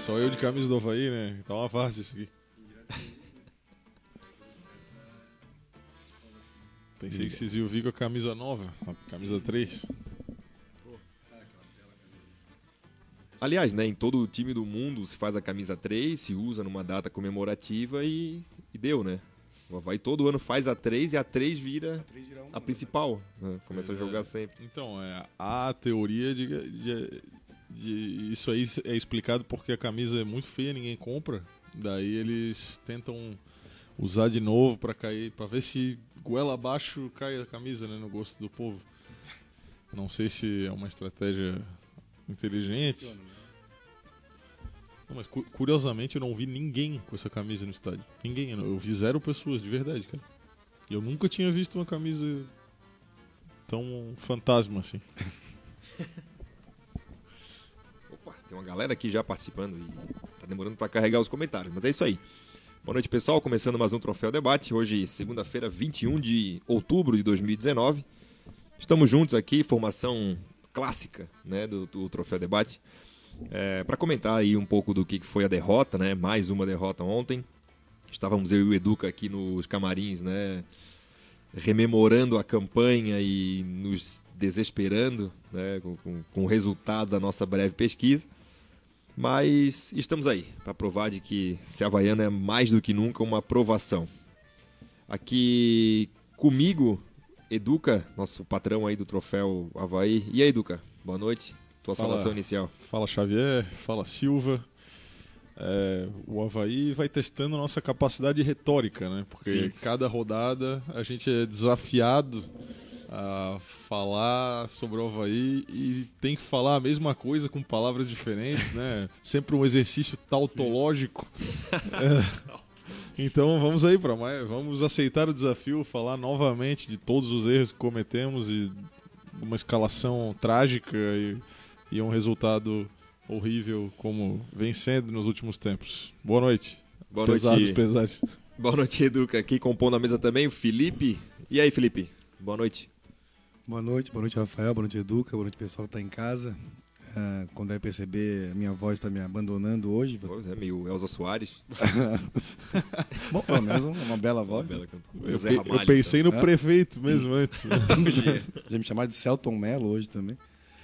só eu de camisa do Avaí, né? Tá uma farsa isso aqui. Pensei que vocês iam vir com a camisa nova, a camisa 3. Aliás, né, em todo time do mundo se faz a camisa 3, se usa numa data comemorativa e deu, né? O Avaí todo ano faz a 3 e a 3 vira a principal, né? Começa a jogar sempre. Então, a teoria de isso aí é explicado porque a camisa é muito feia, ninguém compra. Daí eles tentam usar de novo pra cair, para ver se goela abaixo cai a camisa, né, no gosto do povo. Não sei se é uma estratégia inteligente. Não, mas curiosamente eu não vi ninguém com essa camisa no estádio. Ninguém, eu vi 0 pessoas, de verdade, cara. E eu nunca tinha visto uma camisa tão fantasma assim. Opa, tem uma galera aqui já participando e tá demorando pra carregar os comentários, mas é isso aí. Boa noite, pessoal, começando mais um Troféu Debate, hoje segunda-feira, 21 de outubro de 2019. Estamos juntos aqui, formação clássica, né, do Troféu Debate, para comentar aí um pouco do que foi a derrota, né, mais uma derrota ontem. Estávamos eu e o Educa aqui nos camarins, né, rememorando a campanha e nos desesperando, né, com o resultado da nossa breve pesquisa. Mas estamos aí, para provar de que ser havaiano é mais do que nunca uma provação. Aqui comigo, Educa, nosso patrão aí do Troféu Avaí. E aí, Educa, boa noite, tua saudação inicial. Fala Xavier, fala Silva. O Avaí vai testando a nossa capacidade retórica, né? Porque Sim. cada rodada a gente é desafiado a falar sobre o Avaí e tem que falar a mesma coisa com palavras diferentes, né? Sempre um exercício tautológico. Então vamos aí para mais, vamos aceitar o desafio, falar novamente de todos os erros que cometemos e uma escalação trágica e um resultado horrível como vem sendo nos últimos tempos. Boa noite. Boa noite. Pesados. Boa noite, Educa. Aqui compondo a mesa também o Felipe. E aí, Felipe? Boa noite. Boa noite, Rafael, boa noite, Educa, boa noite, pessoal que está em casa. Quando vai perceber, minha voz está me abandonando hoje. Pois é, meio Elza Soares. Bom, pelo menos uma bela voz. Eu pensei no prefeito mesmo antes. Já me chamaram de Celton Mello hoje também.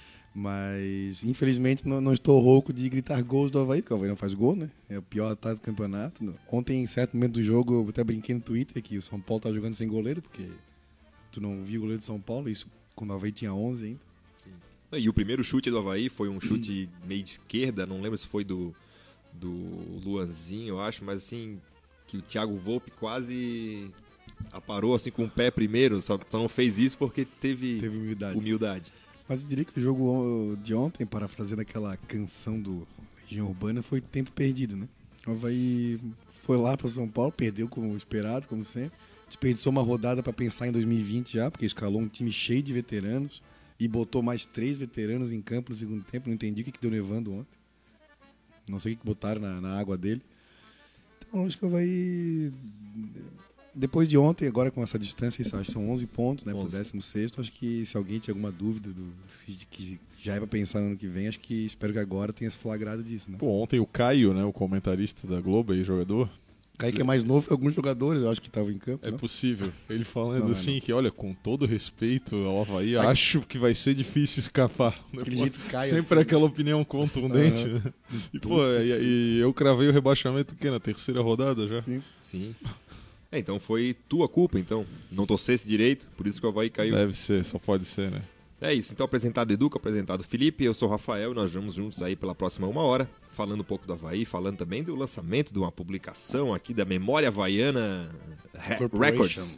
Mas, infelizmente, não estou rouco de gritar gols do Avaí, porque o Avaí não faz gol, né? É o pior ataque do campeonato. Ontem, em certo momento do jogo, eu até brinquei no Twitter que o São Paulo tá jogando sem goleiro, porque tu não viu o goleiro de São Paulo, isso quando o Avaí tinha 11 ainda. Sim. E o primeiro chute do Avaí foi um chute meio de esquerda, não lembro se foi do Luanzinho, eu acho, mas assim, que o Thiago Volpe quase aparou assim com o pé primeiro, só não fez isso porque teve humildade. Mas eu diria que o jogo de ontem, parafraseando aquela canção do Legião Urbana, foi tempo perdido, né? O Avaí foi lá para São Paulo, perdeu como esperado, como sempre. Desperdiçou uma rodada para pensar em 2020 já, porque escalou um time cheio de veteranos e botou mais 3 veteranos em campo no segundo tempo. Não entendi o que deu nevando ontem. Não sei o que botaram na água dele. Então, acho que o Avaí, depois de ontem, agora com essa distância, isso, acho que são 11 pontos, né, pro 16º. Acho que se alguém tinha alguma dúvida de que já é para pensar no ano que vem, acho que espero que agora tenha se flagrado disso, né? Pô, ontem o Caio, né, o comentarista da Globo e jogador, Caio, que é mais novo que alguns jogadores, eu acho que estavam em campo. É não? possível. Ele falando Não. assim que, olha, com todo respeito ao Avaí, acho que vai ser difícil escapar. Aquele jeito que cai sempre assim, aquela opinião contundente. Né? E, pô, e eu cravei o rebaixamento na terceira rodada já. Sim. Então foi tua culpa, então. Não torcesse direito, por isso que o Avaí caiu. Deve ser, só pode ser, né? É isso, então apresentado Educa, apresentado Felipe, eu sou o Rafael e nós vamos juntos aí pela próxima 1 hora, falando um pouco do Avaí, falando também do lançamento de uma publicação aqui da Memória Havaiana Records.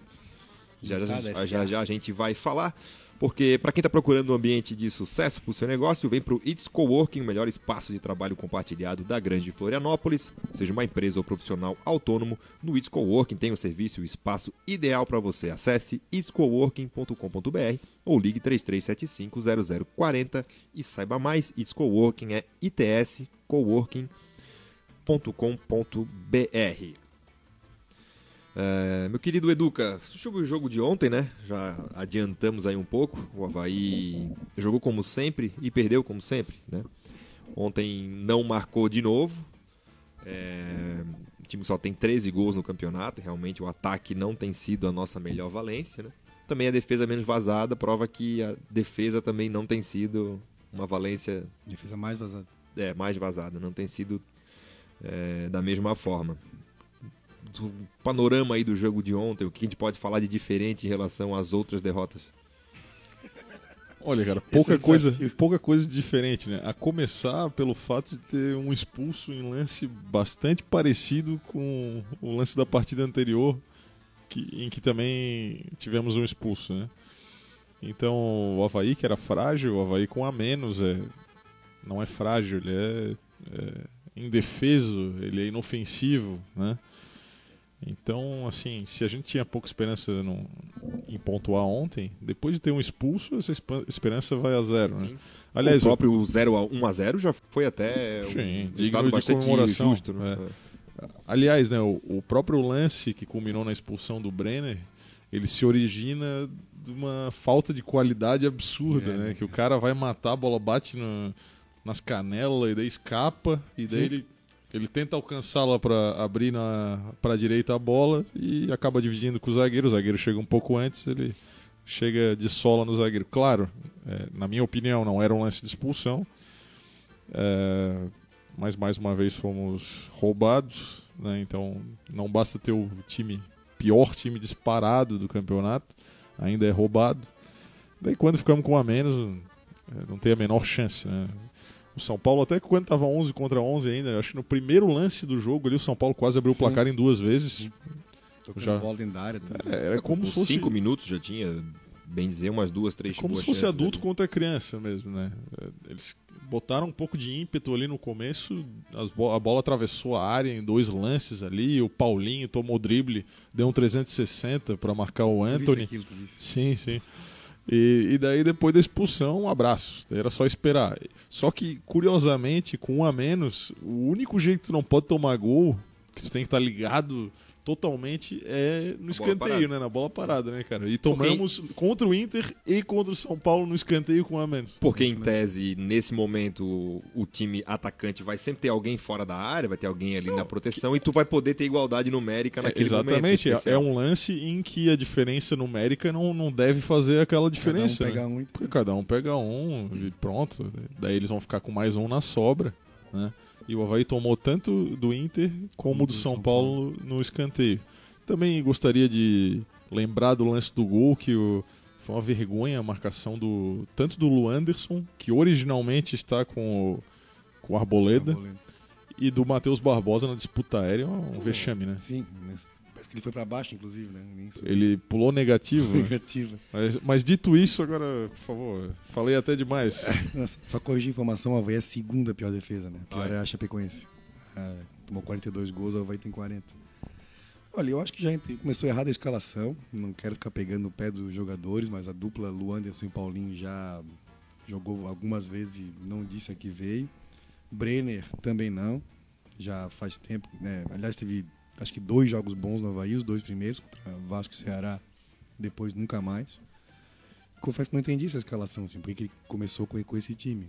Já a gente vai falar, porque para quem está procurando um ambiente de sucesso para o seu negócio, vem para o It's Coworking, o melhor espaço de trabalho compartilhado da Grande Florianópolis. Seja uma empresa ou profissional autônomo, no It's Coworking tem o serviço e o espaço ideal para você. Acesse itscoworking.com.br ou ligue 33750040 e saiba mais. It's Coworking é itscoworking.com.br. Meu querido Educa, sobre o jogo de ontem, né? Já adiantamos aí um pouco. O Avaí jogou como sempre e perdeu como sempre, né? Ontem não marcou de novo, O time só tem 13 gols no campeonato, realmente o ataque não tem sido a nossa melhor valência, né? Também a defesa menos vazada prova que a defesa também não tem sido uma valência... Defesa mais vazada. Mais vazada, não tem sido da mesma forma. Do panorama aí do jogo de ontem, o que a gente pode falar de diferente em relação às outras derrotas? Olha, cara, pouca coisa diferente, né? A começar pelo fato de ter um expulso em lance bastante parecido com o lance da partida anterior, em que também tivemos um expulso, né? Então, o Avaí, que era frágil, o Avaí com a menos, não é frágil, ele é indefeso, ele é inofensivo, né? Então, assim, se a gente tinha pouca esperança em pontuar ontem, depois de ter um expulso, essa esperança vai a zero, né? Aliás, o próprio 1-0 já foi até um resultado bastante justo, né? Aliás, né, o próprio lance que culminou na expulsão do Brenner, ele se origina de uma falta de qualidade absurda, né? Que o cara vai matar, a bola bate nas canelas e daí escapa, e daí ele tenta alcançá-la para abrir para a direita a bola e acaba dividindo com o zagueiro chega um pouco antes, ele chega de sola no zagueiro. Claro, na minha opinião não era um lance de expulsão, mas mais uma vez fomos roubados, né? Então não basta ter o pior time disparado do campeonato, ainda é roubado. Daí quando ficamos com a menos, não tem a menor chance, né? O São Paulo, até que quando estava 11 contra 11 ainda, acho que no primeiro lance do jogo ali, o São Paulo quase abriu o placar em 2 vezes. Tocando bola dentro da área. Era como se fosse... 5 minutos já tinha, bem dizer, umas 2, 3 como se fosse adulto contra criança mesmo, né? Eles botaram um pouco de ímpeto ali no começo, a bola atravessou a área em 2 lances ali, o Paulinho tomou drible, deu um 360 para marcar o Anthony. Sim. E daí, depois da expulsão, um abraço. Era só esperar. Só que, curiosamente, com 1 a menos, o único jeito que tu não pode tomar gol, que tu tem que estar ligado totalmente, é no escanteio, né? Na bola parada, né, cara? E tomamos contra o Inter e contra o São Paulo no escanteio com 1 a menos. Porque, em tese, nesse momento, o time atacante vai sempre ter alguém fora da área, vai ter alguém ali na proteção, e tu vai poder ter igualdade numérica naquele momento. Exatamente. É um lance em que a diferença numérica não deve fazer aquela diferença. Porque cada um pega um e pronto. Daí eles vão ficar com mais um na sobra, né? E o Avaí tomou tanto do Inter como do São Paulo no escanteio. Também gostaria de lembrar do lance do gol, que foi uma vergonha a marcação tanto do Luanderson, que originalmente está com o Arboleda, e do Matheus Barbosa na disputa aérea, um vexame, né? Sim, parece que ele foi pra baixo, inclusive, né? Ele pulou negativo. Negativo. Mas dito isso, agora, por favor, falei até demais. Só corrigir a informação, o Avaí é a segunda pior defesa, né? A pior é a Chapecoense. Tomou 42 gols, o Avaí tem 40. Olha, eu acho que já começou errada a escalação. Não quero ficar pegando no pé dos jogadores, mas a dupla Luanderson e Paulinho já jogou algumas vezes e não disse a que veio. Brenner também não. Já faz tempo, né? Aliás, teve acho que 2 jogos bons no Avaí, os 2 primeiros, contra Vasco e Ceará, depois nunca mais. Confesso que não entendi essa escalação, assim, porque ele começou com esse time.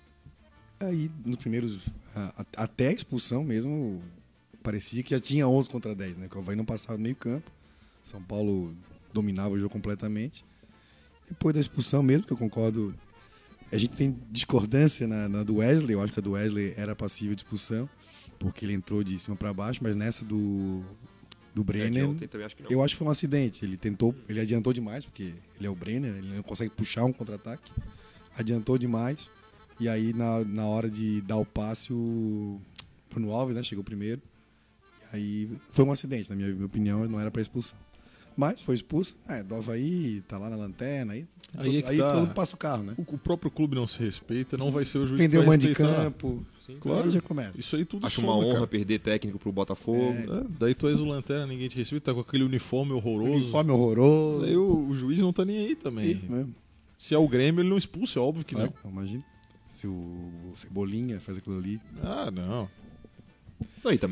Aí, nos primeiros, até a expulsão mesmo, parecia que já tinha 11 contra 10, né? Que o Avaí não passava no meio campo, São Paulo dominava o jogo completamente. Depois da expulsão mesmo, que eu concordo, a gente tem discordância na do Wesley, eu acho que a do Wesley era passível de expulsão, porque ele entrou de cima para baixo, mas nessa do Brenner, eu acho que foi um acidente. Ele adiantou demais, porque ele é o Brenner, ele não consegue puxar um contra-ataque. Adiantou demais, e aí na hora de dar o passe, o Bruno Alves, né, chegou primeiro. E aí foi um acidente, na minha opinião, não era para expulsão. Mas foi expulso, do Avaí, tá lá na lanterna, aí todo mundo passa o carro, né? O próprio clube não se respeita, não vai ser o juiz Vendeu o mando de campo. Sim, claro, aí já começa. Isso aí tudo acho uma honra perder técnico pro Botafogo. Daí tu és o lanterna, ninguém te respeita, tá com aquele uniforme horroroso. Daí o juiz não tá nem aí também. Isso mesmo. Se é o Grêmio, ele não expulsa, é óbvio que não. Imagina. Se o Cebolinha faz aquilo ali. Não. E também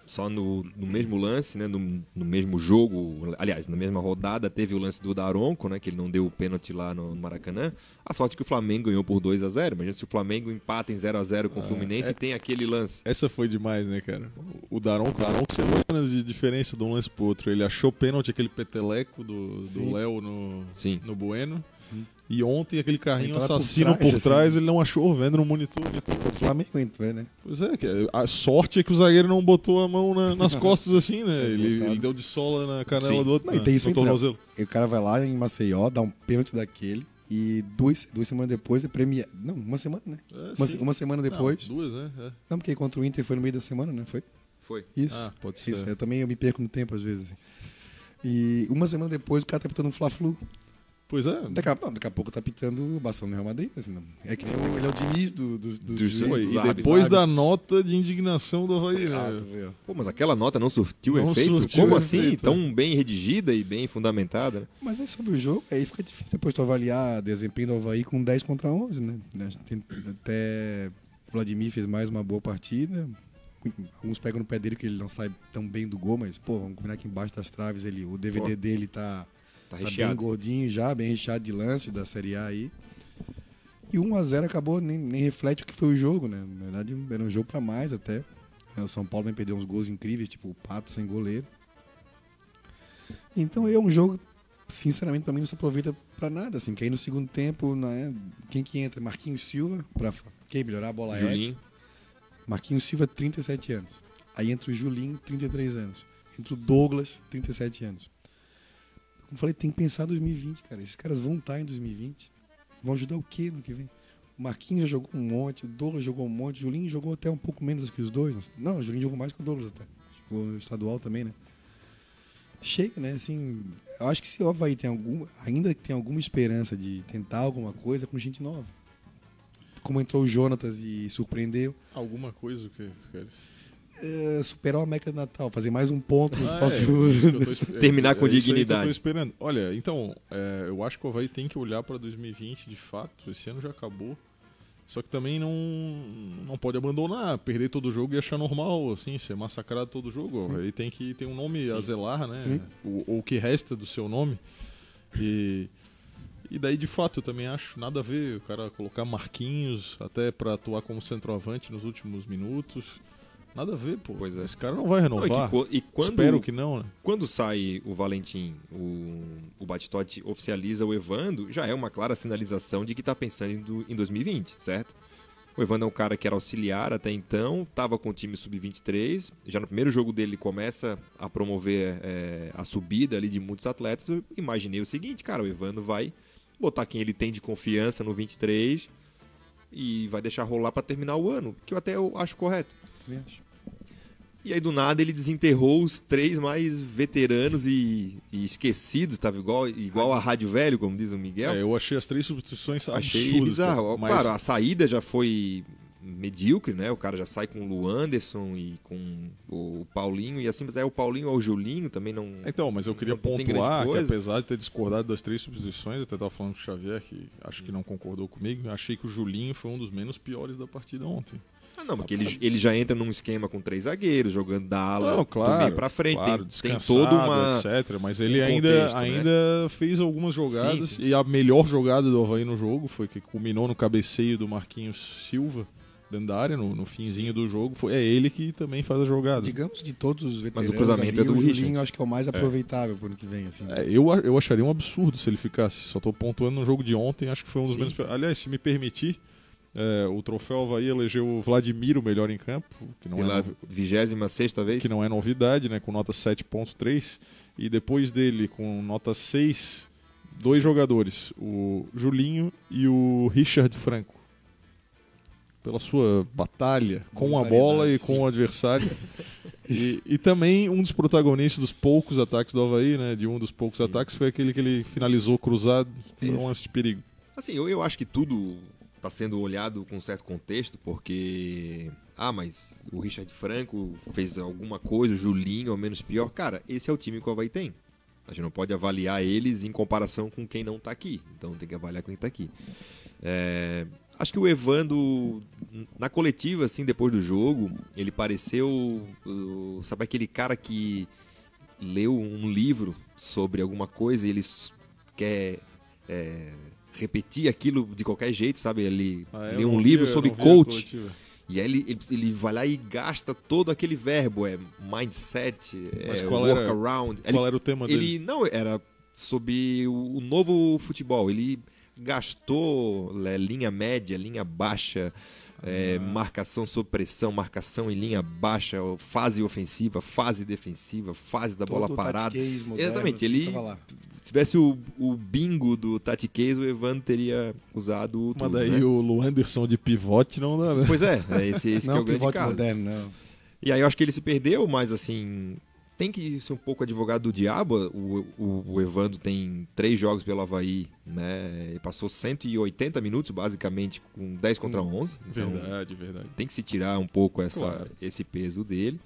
Só no mesmo lance, né, no mesmo jogo, aliás, na mesma rodada, teve o lance do Daronco, né, que ele não deu o pênalti lá no Maracanã. A sorte é que o Flamengo ganhou por 2-0. Imagina se o Flamengo empata em 0-0 com o Fluminense e tem aquele lance. Essa foi demais, né, cara? O Daronco semanas de diferença de um lance pro outro. Ele achou pênalti, aquele peteleco do Léo no Bueno. Sim. E ontem aquele carrinho Ele tava assassino por trás, ele não achou, vendo no monitor. O Flamengo entra, né? Pois é, a sorte é que o zagueiro não botou a mão nas costas assim, né? Ele Desmontado. deu de sola na canela Sim. do outro. Não, e tem isso no sempre, tornozelo. E o cara vai lá em Maceió, dá um pênalti daquele e duas semanas depois é premiado. Não, uma semana, né? Uma semana depois. Não, duas, né? É. Não, porque contra o Inter foi no meio da semana, né? Foi? Foi. Isso. Ah, pode ser. Isso, eu também me perco no tempo às vezes. Assim. E uma semana depois o cara tá pitando um Fla-Flu. Pois é. Daqui a pouco tá pitando o Barcelona e Real Madrid. Assim, não. É que nem ele é o Diniz dos Foi. juízes. E depois da nota de indignação do Havaí, Ah, né? tu vê, ó. Pô, mas aquela nota não surtiu Não efeito? surtiu Como efeito, assim? é. Tão bem redigida e bem fundamentada, né? Mas aí sobre o jogo, aí fica difícil depois tu avaliar desempenho do Havaí com 10 contra 11, né? Até o Vladimir fez mais uma boa partida. Alguns pegam no pé dele que ele não sai tão bem do gol, mas, pô, vamos combinar que embaixo das traves o DVD dele tá bem recheado. gordinho já, bem recheado de lance da Série A aí. E 1-0 acabou, nem reflete o que foi o jogo, né? Na verdade, era um jogo pra mais até. O São Paulo vem perder uns gols incríveis, tipo o Pato sem goleiro. Então é um jogo, sinceramente, pra mim não se aproveita pra nada, assim. Que aí no segundo tempo, né, quem que entra? Marquinhos Silva, pra quem melhorar a bola aérea. Julinho. Marquinhos Silva, 37 anos. Aí entra o Julinho, 33 anos. Entra o Douglas, 37 anos. Como eu falei, tem que pensar 2020, cara. Esses caras vão estar em 2020. Vão ajudar o quê no que vem? O Marquinhos já jogou um monte, o Douglas jogou um monte, o Julinho jogou até um pouco menos que os dois. Não, o Julinho jogou mais que o Douglas até. Jogou no estadual também, né? Chega, né? Assim, eu acho que se o Havaí ainda tem alguma esperança de tentar alguma coisa com gente nova. Como entrou o Jonatas e surpreendeu. Alguma coisa o que tu queres? Superar o América do Natal, fazer mais um ponto no Terminar com isso aí que dignidade. eu tô esperando. Olha, então, eu acho que o Havaí tem que olhar para 2020, de fato. Esse ano já acabou. Só que também não pode abandonar, perder todo o jogo e achar normal, assim, ser massacrado todo o jogo. O Havaí tem que ter um nome a zelar, né? O que resta do seu nome. E daí, de fato, eu também acho nada a ver o cara colocar Marquinhos até para atuar como centroavante nos últimos minutos. Nada a ver, pô. Pois é. Esse cara não vai renovar. Espero que não, né? Quando sai o Valentim, o Batistotti oficializa o Evando, já é uma clara sinalização de que está pensando em 2020, certo? O Evando é um cara que era auxiliar até então, estava com o time sub-23, já no primeiro jogo dele ele começa a promover a subida ali de muitos atletas. Eu imaginei o seguinte, cara, o Evando vai botar quem ele tem de confiança no 23 e vai deixar rolar para terminar o ano, que eu acho correto. E aí do nada ele desenterrou os três mais veteranos e esquecidos, tava igual a Rádio Velho, como diz o Miguel. Eu achei as 3 substituições Achei absurdas. bizarro. Mas... Claro, a saída já foi medíocre, né? O cara já sai com o Luanderson e com o Paulinho, e assim, mas o Paulinho ou o Julinho também não... Então, mas eu queria não tem pontuar grande que coisa. apesar de ter discordado das 3 substituições, eu até estava falando com o Xavier, que acho que não concordou comigo, eu achei que o Julinho foi um dos menos piores da partida ontem. Não, porque ele já entra num esquema com 3 zagueiros, jogando da ala claro, do meio pra frente. Claro, tem toda uma... etc. Mas ele contexto, ainda fez algumas jogadas. Sim. E a melhor jogada do Havaí no jogo foi que culminou no cabeceio do Marquinhos Silva, dentro da área, no finzinho do jogo. É ele que também faz a jogada. Digamos, de todos os veteranos, Mas o cruzamento ali, é do o Richard. Julinho acho que é o mais aproveitável por ano que vem. Assim. Eu acharia um absurdo se ele ficasse. Só tô pontuando no jogo de ontem, acho que foi um dos Sim, menos... sim. Aliás, se me permitir, o troféu Havaí elegeu o Vladimir o melhor em campo, que não Pela 26ª vez? que não é novidade, né, com nota 7.3, e depois dele com nota 6, 2 jogadores, o Julinho e o Richard Franco, pela sua batalha com a bola e com o adversário. E também um dos protagonistas dos poucos ataques do Havaí, né, de um dos poucos ataques, foi aquele que ele finalizou cruzado por um lance de perigo. Assim, eu acho que tudo está sendo olhado com um certo contexto, porque... mas o Richard Franco fez alguma coisa, o Julinho, ao menos pior. Cara, esse é o time que o Havaí tem. A gente não pode avaliar eles em comparação com quem não está aqui. Então tem que avaliar quem está aqui. Acho que o Evando na coletiva, assim, depois do jogo, ele pareceu, sabe aquele cara que leu um livro sobre alguma coisa e ele quer repetir aquilo de qualquer jeito, sabe? Ele lê um livro sobre coach. E aí ele vai lá e gasta todo aquele verbo, mindset, workaround. Qual era o tema dele? Não, era sobre o novo futebol. Ele gastou linha média, linha baixa, marcação sob pressão, marcação em linha baixa, fase ofensiva, fase defensiva, fase da bola parada. Exatamente, ele... Se tivesse o bingo do Tati Case, o Evandro teria usado tudo. Mas daí o Luanderson de pivote não dá, né? Pois é esse não, que é o grande pivote caso. Moderno, não. E aí eu acho que ele se perdeu, mas assim, tem que ser um pouco advogado do diabo. O Evandro tem 3 jogos pelo Avaí, né? Ele passou 180 minutos, basicamente, com 10 contra 11. Então, verdade. tem que se tirar um pouco Claro. esse peso dele.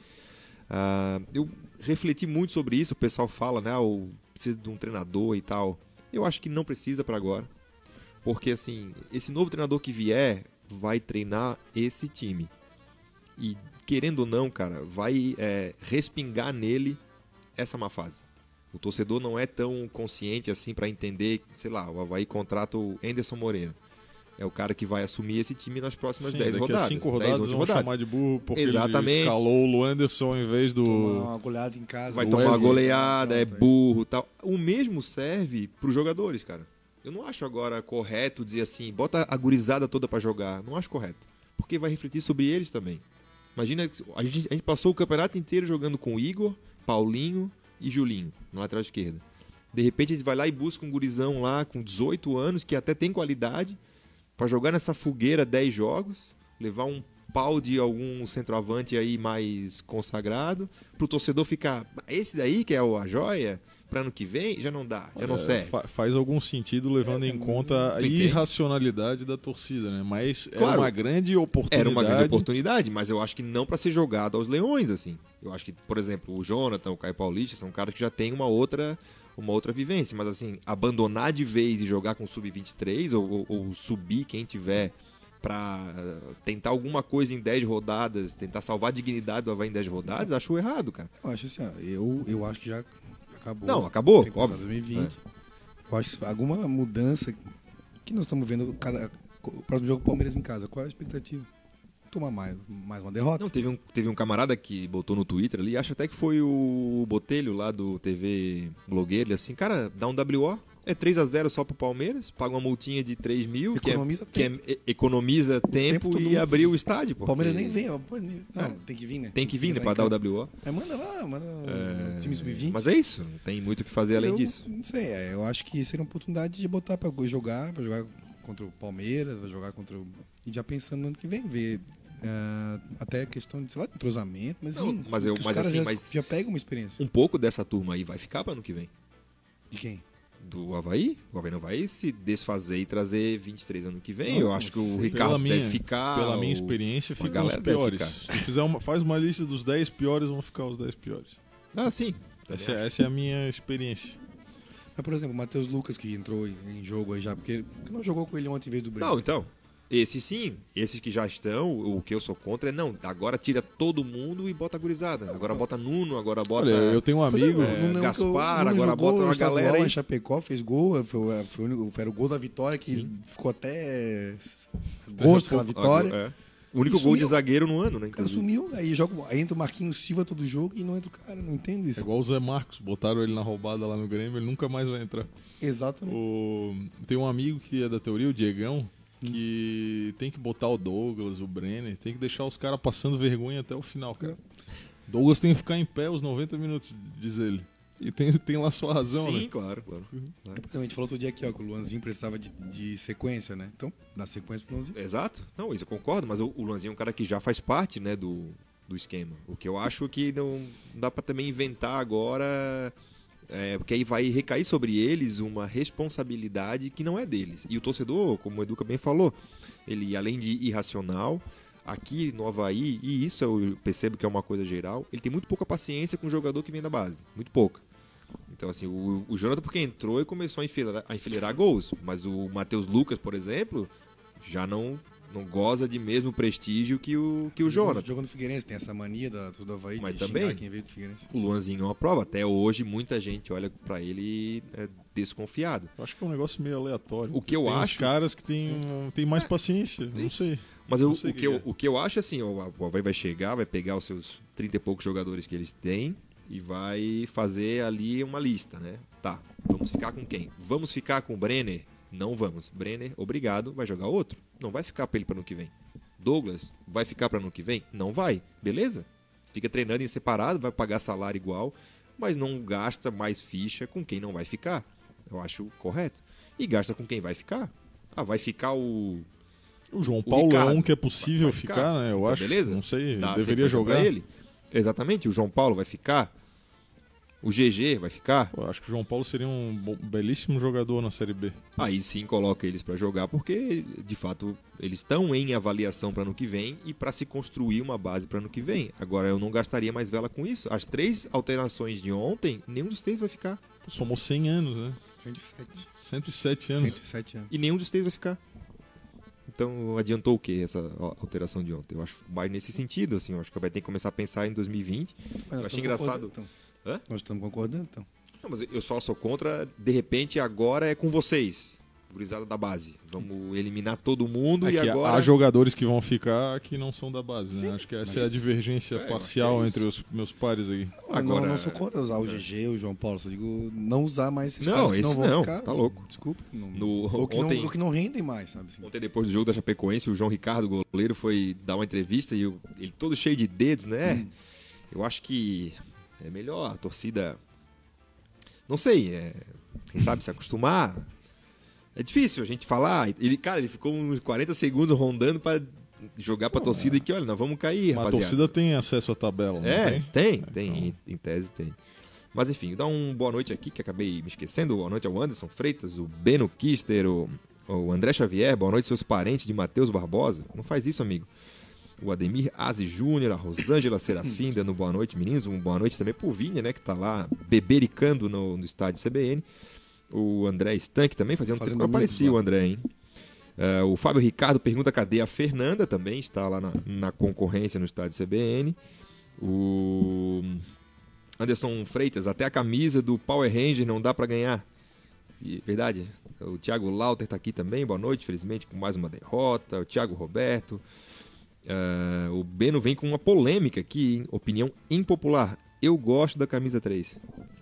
Eu refleti muito sobre isso. O pessoal fala, né? Precisa de um treinador e tal. Eu acho que não precisa para agora. Porque, assim, esse novo treinador que vier vai treinar esse time. E, querendo ou não, cara, vai respingar nele essa má fase. O torcedor não é tão consciente assim para entender, sei lá, o Avaí contrata o Anderson Moreira. É o cara que vai assumir esse time nas próximas 10 rodadas. Daqui a 5 rodadas vão chamar de burro porque Exatamente. ele escalou o Luanderson em vez do... Tomar uma goleada em casa. Vai tomar uma goleada, é burro e tal. O mesmo serve pros jogadores, cara. Eu não acho agora correto dizer assim, bota a gurizada toda pra jogar. Não acho correto. Porque vai refletir sobre eles também. Imagina, a gente passou o campeonato inteiro jogando com Igor, Paulinho e Julinho, na lateral esquerda. De repente a gente vai lá e busca um gurizão lá com 18 anos, que até tem qualidade, pra jogar nessa fogueira 10 jogos, levar um pau de algum centroavante aí mais consagrado, pro torcedor ficar, esse daí que é a joia, para ano que vem, já não dá, já não serve. Faz algum sentido levando em conta a irracionalidade da torcida, né? Mas claro, era uma grande oportunidade. Era uma grande oportunidade, mas eu acho que não para ser jogado aos leões, assim. Eu acho que, por exemplo, o Jonathan, o Caio Paulista, são caras que já têm uma outra vivência, mas assim, abandonar de vez e jogar com sub-23 ou subir quem tiver para tentar alguma coisa em 10 rodadas, tentar salvar a dignidade do Avaí em 10 rodadas, acho errado, cara. Eu acho assim, eu acho que já acabou. Não, acabou, óbvio. 2020. Eu acho que alguma mudança que nós estamos vendo o próximo jogo Palmeiras em casa, qual é a expectativa? Tomar mais uma derrota? Não, teve um camarada que botou no Twitter ali, acho até que foi o Botelho lá do TV Blogueiro, ele assim, cara, dá um WO, é 3-0 só pro Palmeiras, paga uma multinha de 3 mil, economiza tempo e abriu o estádio. O Palmeiras nem vem, tem que vir, né? Tem que vir, né, pra dar o WO. Manda lá, o time sub-20. Mas é isso, não tem muito o que fazer além disso. Não sei, eu acho que seria uma oportunidade de botar pra jogar contra o Palmeiras, vai jogar contra o... E já pensando no ano que vem, ver... até a questão de, sei lá, entrosamento, mas já pega uma experiência. Um pouco dessa turma aí vai ficar para ano que vem. De quem? Do Avaí. O Avaí não vai se desfazer e trazer 23 ano que vem. Eu acho que o Ricardo deve ficar. Pela minha experiência, fica os piores. Se faz uma lista dos 10 piores, vão ficar os 10 piores. Ah, sim. Essa é a minha experiência. Mas, por exemplo, o Matheus Lucas, que entrou em jogo aí já, porque não jogou com ele ontem em vez do Breno. Não, então. Esses sim, esses que já estão, o que eu sou contra é não, agora tira todo mundo e bota a gurizada. Agora bota Nuno, agora bota... Olha, eu tenho um amigo... Gaspar, agora bota uma galera aí. Em Chapecó, fez gol, foi o gol da vitória, que ficou até gosto pela vitória. O único gol de zagueiro no ano, né? O cara sumiu, aí entra o Marquinhos Silva todo jogo e não entra o cara, não entendo isso. É igual o Zé Marcos, botaram ele na roubada lá no Grêmio, ele nunca mais vai entrar. Exatamente. Tem um amigo que é da teoria, o Diegão, que tem que botar o Douglas, o Brenner, tem que deixar os caras passando vergonha até o final, cara. Douglas tem que ficar em pé os 90 minutos, diz ele. E tem lá sua razão, né? Sim, claro. A gente falou outro dia aqui, ó, que o Luanzinho precisava de sequência, né? Então, dá sequência pro Luanzinho. Exato. Não, isso eu concordo, mas o Luanzinho é um cara que já faz parte, né, do esquema. O que eu acho que não dá pra também inventar agora... porque aí vai recair sobre eles uma responsabilidade que não é deles. E o torcedor, como o Educa bem falou, ele além de irracional, aqui no Avaí, e isso eu percebo que é uma coisa geral, ele tem muito pouca paciência com o jogador que vem da base. Muito pouca. Então assim, o Jonathan porque entrou e começou a enfileirar gols, mas o Matheus Lucas, por exemplo, já não não goza de mesmo prestígio que o Jonathan. Jogando no Figueirense, tem essa mania do Avaí Mas de também, xingar quem veio do Figueirense. O Luanzinho é uma prova. Até hoje, muita gente olha pra ele desconfiado. Eu acho que é um negócio meio aleatório. O que eu tem acho... uns caras que tem mais paciência, não Isso. sei. Mas Não sei o que eu acho é assim, o Avaí vai chegar, vai pegar os seus 30 e poucos jogadores que eles têm e vai fazer ali uma lista, né? Tá, vamos ficar com quem? Vamos ficar com o Brenner? Não vamos. Brenner, obrigado, vai jogar outro. Não vai ficar pra ele para ano que vem. Douglas, vai ficar para ano que vem? Não vai. Beleza? Fica treinando em separado, vai pagar salário igual, mas não gasta mais ficha com quem não vai ficar. Eu acho correto. E gasta com quem vai ficar. Ah, vai ficar o João Paulo Ricardo é um que é possível vai ficar, né? Eu Então, acho. beleza? Não sei, Dá deveria sequência jogar. pra ele. Exatamente, o João Paulo vai ficar. O GG vai ficar. Pô, acho que o João Paulo seria um belíssimo jogador na Série B. Aí sim coloca eles pra jogar, porque de fato eles estão em avaliação para ano que vem e para se construir uma base para ano que vem. Agora eu não gastaria mais vela com isso. As 3 alterações de ontem, nenhum dos 3 vai ficar. Pô, somou 100 anos, né? 107. 107 anos. 107 anos. E nenhum dos 3 vai ficar. Então adiantou o que essa alteração de ontem? Eu acho mais nesse sentido, assim. Eu acho que vai ter que começar a pensar em 2020. Mas Eu achei engraçado. Então. Hã? Nós estamos concordando, então. Não, mas eu só sou contra, de repente, agora é com vocês, gurizada da base. Vamos eliminar todo mundo e É que agora... há jogadores que vão ficar que não são da base, Sim, né? Acho que essa mas- é a divergência eu parcial acho que é entre os meus pares aqui. Agora- Não sou contra usar o GG, o João Paulo, só digo não usar mais esses Não, caras que esse não vão não, ficar. tá louco. Desculpa. Não, No- ou, que ontem- não, ou que não rendem mais, sabe? Assim. Ontem, depois do jogo da Chapecoense, o João Ricardo, goleiro, foi dar uma entrevista e ele todo cheio de dedos, né? Eu acho que é melhor a torcida... Não sei, quem sabe se acostumar. É difícil a gente falar. Ele ficou uns 40 segundos rondando pra jogar pra torcida e que, olha, nós vamos cair, Mas a rapaziada. torcida tem acesso à tabela, não Tem, Então- em tese tem. Mas enfim, dá uma boa noite aqui, que acabei me esquecendo. Boa noite ao Anderson Freitas, o Beno Kister, o André Xavier, boa noite seus parentes de Matheus Barbosa. Não faz isso, amigo. O Ademir Aze Júnior, a Rosângela Serafim, dando boa noite, meninos. Uma boa noite também pro Vinha, né, que tá lá bebericando no estádio CBN. O André Stank também, fazendo tempo que não aparecia o André, hein? O Fábio Ricardo pergunta cadê a Fernanda, também está lá na concorrência no estádio CBN. O Anderson Freitas, até a camisa do Power Ranger não dá pra ganhar. Verdade. O Thiago Lauter tá aqui também, boa noite, felizmente com mais uma derrota. O Thiago Roberto. O Beno vem com uma polêmica aqui, hein? Opinião impopular. Eu gosto da camisa 3.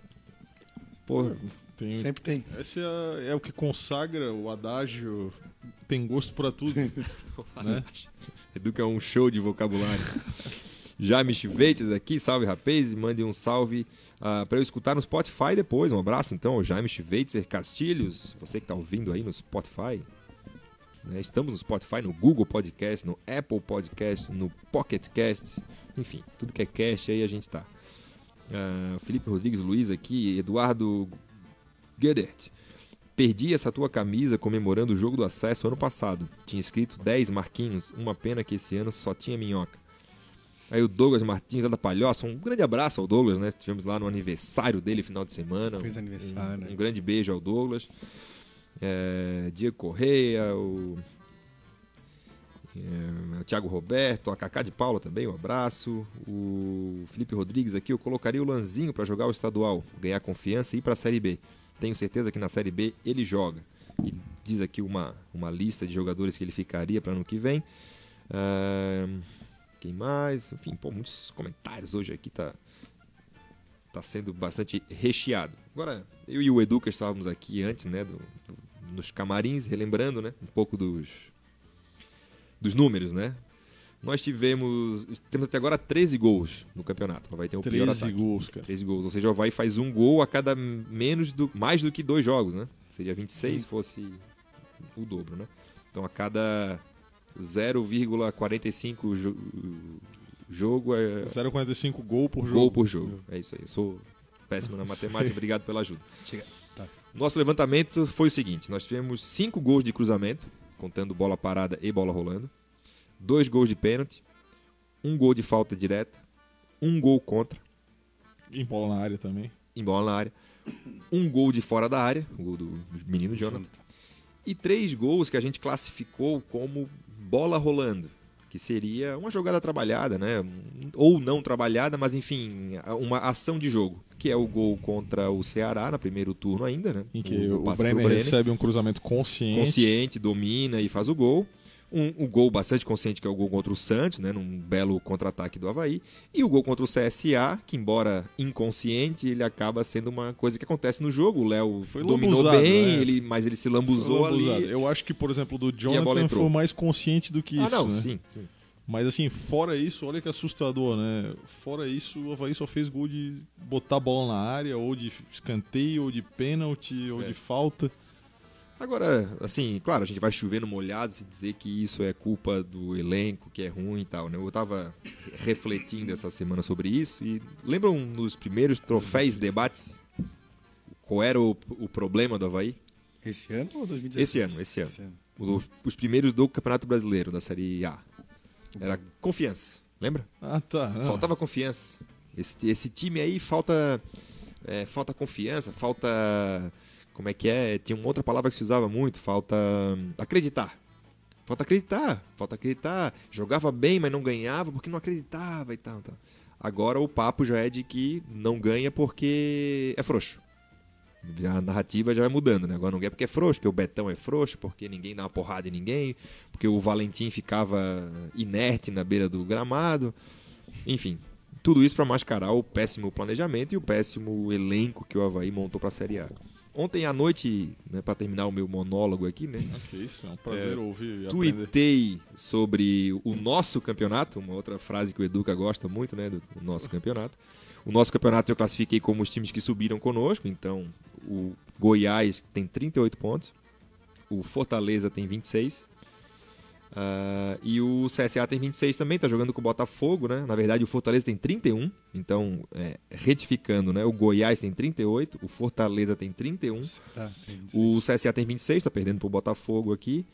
Pô, Tem- Sempre tem. Esse é o que consagra o adágio tem gosto pra tudo, né? Educa é um show de vocabulário. Jaime Chiveites aqui, salve rapaz, mande um salve para eu escutar no Spotify depois. Um abraço então ao Jaime Chiveites Castilhos, você que está ouvindo aí no Spotify. Né? Estamos no Spotify, no Google Podcast, no Apple Podcast, no Pocket Cast, enfim, tudo que é cast aí a gente tá. Felipe Rodrigues Luiz aqui, Eduardo Gedert. Perdi essa tua camisa comemorando o jogo do acesso ano passado. Tinha escrito 10 Marquinhos, uma pena que esse ano só tinha minhoca. Aí o Douglas Martins lá da Palhoça, um grande abraço ao Douglas, né? Estivemos lá no aniversário dele final de semana. Fez aniversário, né? Um grande beijo ao Douglas. Diego Correia, o Thiago Roberto, a Cacá de Paula também, um abraço. O Felipe Rodrigues aqui, eu colocaria o Lanzinho para jogar o estadual, ganhar confiança e ir para a Série B. Tenho certeza que na Série B ele joga. E diz aqui uma lista de jogadores que ele ficaria para ano que vem. Quem mais? Enfim, muitos comentários hoje aqui, tá sendo bastante recheado. Agora, eu e o Edu que estávamos aqui antes, né, nos camarins, relembrando, né, um pouco dos números, né? Nós temos até agora 13 gols no campeonato. Vai ter o pior 13 ataque. gols, cara. 13 gols, ou seja, o Avaí faz um gol a cada mais do que 2 jogos, né? Seria 26 se fosse o dobro, né? Então a cada 0,45 jogo é 0,45 gol por jogo. gol por jogo. É isso aí. Eu sou péssimo na matemática, obrigado pela ajuda. Chega. Tá. Nosso levantamento foi o seguinte: nós tivemos 5 gols de cruzamento, contando bola parada e bola rolando, 2 gols de pênalti, 1 gol de falta direta, 1 gol contra, Em bola na área também. em bola na área, 1 gol de fora da área, o gol do menino Jonathan, e 3 gols que a gente classificou como bola rolando, que seria uma jogada trabalhada, né? Ou não trabalhada, mas enfim, uma ação de jogo, que é o gol contra o Ceará, no primeiro turno ainda, né? Em que o passe Bremer pro Brenner. recebe um cruzamento consciente. Domina e faz o gol. Um gol bastante consciente, que é o gol contra o Santos, né, num belo contra-ataque do Avaí. E o gol contra o CSA, que embora inconsciente, ele acaba sendo uma coisa que acontece no jogo. O Léo dominou bem, né? mas ele se lambuzou ali. Eu acho que, por exemplo, do Jonathan foi mais consciente do que isso, não, né? sim. Mas assim, fora isso, olha que assustador, né? Fora isso, o Avaí só fez gol de botar a bola na área, ou de escanteio, ou de pênalti, ou de falta. Agora, assim, claro, a gente vai chover no molhado se dizer que isso é culpa do elenco, que é ruim e tal, né? Eu tava refletindo essa semana sobre isso e lembram nos primeiros troféus debates qual era o problema do Avaí? Esse ano ou 2017? Esse ano. Os primeiros do Campeonato Brasileiro, da Série A. Era confiança, lembra? Tá. Faltava confiança. Esse time aí falta confiança, falta... Como é que é? Tinha uma outra palavra que se usava muito, falta acreditar. Falta acreditar. Jogava bem, mas não ganhava porque não acreditava e tal. Agora o papo já é de que não ganha porque é frouxo. A narrativa já vai mudando, né? Agora não ganha porque é frouxo, porque o Betão é frouxo, porque ninguém dá uma porrada em ninguém, porque o Valentim ficava inerte na beira do gramado. Enfim, tudo isso para mascarar o péssimo planejamento e o péssimo elenco que o Avaí montou para a Série A. Ontem à noite, né, para terminar o meu monólogo aqui, né? Que isso, é um prazer ouvir e aprender. Tuitei sobre o nosso campeonato, uma outra frase que o Educa gosta muito, né, do nosso campeonato. O nosso campeonato eu classifiquei como os times que subiram conosco, então o Goiás tem 38 pontos, o Fortaleza tem 26, e o CSA tem 26 também, tá jogando com o Botafogo, né? Na verdade o Fortaleza tem 31, então retificando, né? O Goiás tem 38, o Fortaleza tem 31, o CSA tem 26, tá perdendo pro Botafogo aqui,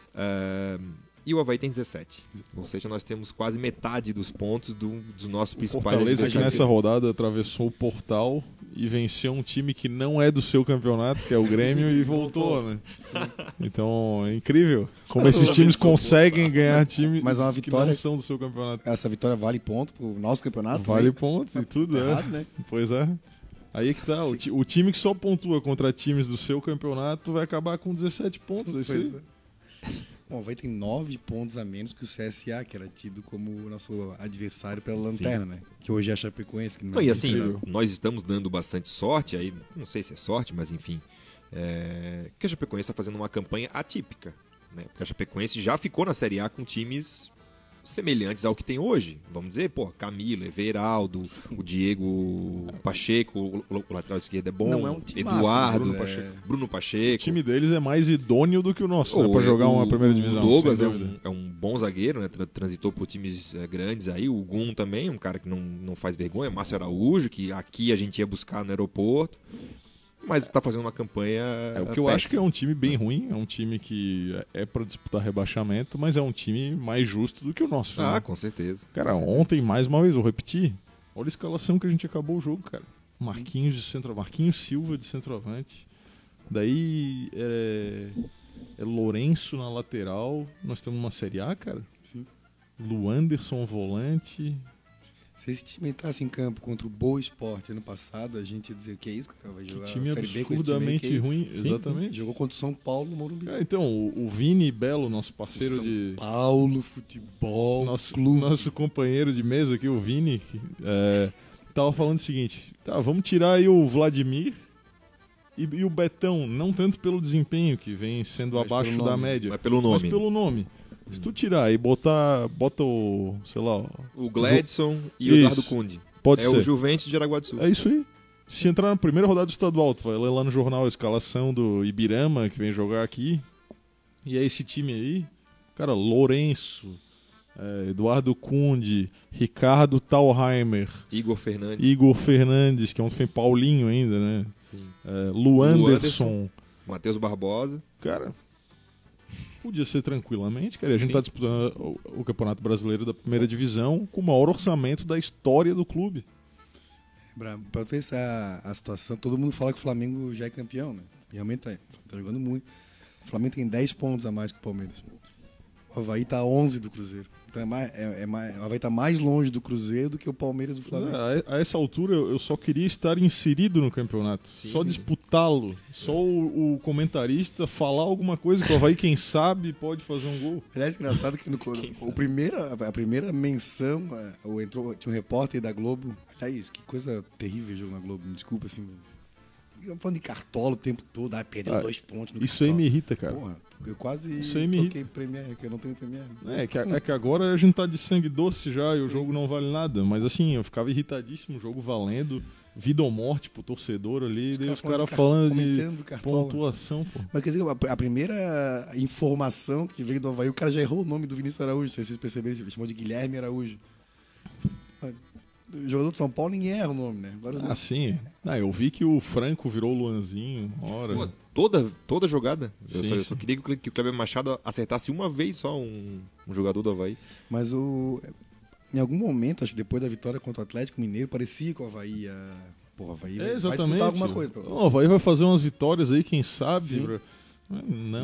e o Avaí tem 17. Ou seja, nós temos quase metade dos pontos dos nossos principais. O Fortaleza que nessa rodada atravessou o portal e venceu um time que não é do seu campeonato, que é o Grêmio, e voltou, né? Então, é incrível como esses times conseguem ganhar times que não são do seu campeonato. Essa vitória vale ponto pro nosso campeonato? Vale ponto e tudo, errado, né? Pois é. Aí que tá, o time que só pontua contra times do seu campeonato vai acabar com 17 pontos, é isso aí. Bom, o Avaí tem 9 pontos a menos que o CSA, que era tido como o nosso adversário pela lanterna, né? Que hoje é a Chapecoense. Que não e assim, nós estamos dando bastante sorte, aí não sei se é sorte, mas enfim, que a Chapecoense está fazendo uma campanha atípica, né? Porque a Chapecoense já ficou na Série A com times semelhantes ao que tem hoje. Vamos dizer, Camilo, Everaldo, o Diego Pacheco, o lateral esquerdo é bom, não é um time Eduardo, massa, Bruno Pacheco. O time deles é mais idôneo do que o nosso, né, para jogar uma primeira divisão. O Douglas é um bom zagueiro, né? Transitou por times grandes aí. O Gum também, um cara que não faz vergonha. Márcio Araújo, que aqui a gente ia buscar no aeroporto. Mas está fazendo uma campanha o que eu acho que é um time bem ruim, é um time que é para disputar rebaixamento, mas é um time mais justo do que o nosso. Ah, né? Com certeza. Cara, ontem, mais uma vez, eu repeti, olha a escalação que a gente acabou o jogo, cara. Marquinhos Silva de centroavante, daí é Lourenço na lateral, nós temos uma Série A, cara. Sim. Luanderson volante... Se esse time entrasse em campo contra o Boa Esporte ano passado, a gente ia dizer o que é isso, cara? Vai jogar time a Série B com esse absurdamente time aí, ruim, Sim, exatamente. Jogou contra o São Paulo no Morumbi. Então, o Vini Belo, nosso parceiro São de... Paulo Futebol Clube. Nosso companheiro de mesa aqui, o Vini, tava falando o seguinte, vamos tirar aí o Vladimir e o Betão, não tanto pelo desempenho, que vem sendo abaixo da média, mas pelo nome. Se tu tirar e bota o, sei lá... O Gladson e o Eduardo Cunde. Pode ser. O Juventus de Jaraguá do Sul. É isso aí. Se entrar na primeira rodada do estadual, tu vai ler lá no jornal a escalação do Ibirama, que vem jogar aqui. E é esse time aí. Cara, Lourenço, Eduardo Cunde, Ricardo Thalheimer. Igor Fernandes, que ontem foi Paulinho ainda, né? Sim. Luanderson. Matheus Barbosa. Cara... Podia ser tranquilamente, cara. A gente está disputando o Campeonato Brasileiro da Primeira Divisão com o maior orçamento da história do clube. Para ver a situação, todo mundo fala que o Flamengo já é campeão, né? Realmente tá jogando muito. O Flamengo tem 10 pontos a mais que o Palmeiras. O Avaí tá 11 do Cruzeiro. Então o Avaí tá mais longe do Cruzeiro do que o Palmeiras do Flamengo. A essa altura eu só queria estar inserido no campeonato. Só disputá-lo. Só o comentarista falar alguma coisa que o Avaí, quem sabe, pode fazer um gol. Aliás, engraçado que a primeira menção, tinha um repórter da Globo. Aliás, que coisa terrível o jogo na Globo. Me desculpa, assim. Falando de Cartola o tempo todo. Perdeu 2 pontos no Isso Cartola. aí me irrita, cara. Porra, eu quase Isso aí me toquei Premiere, que eu não tenho Premiere. É que agora a gente tá de sangue doce já e o jogo não vale nada. Mas assim, eu ficava irritadíssimo, o jogo valendo, vida ou morte pro torcedor ali. Daí os caras falando de pontuação, pô. Mas quer dizer, a primeira informação que veio do Avaí, o cara já errou o nome do Vinícius Araújo. Se vocês perceberam, ele chamou de Guilherme Araújo. O jogador de São Paulo, ninguém erra o nome, né? Agora, sim. Eu vi que o Franco virou o Luanzinho. Ora. Pô, toda jogada. Eu só Sim. queria que o Kleber Machado acertasse uma vez só um jogador do Avaí. Mas em algum momento, acho que depois da vitória contra o Atlético Mineiro, parecia que o Avaí ia... Porra, o Avaí vai disputar alguma coisa. O Avaí vai fazer umas vitórias aí, quem sabe. Não.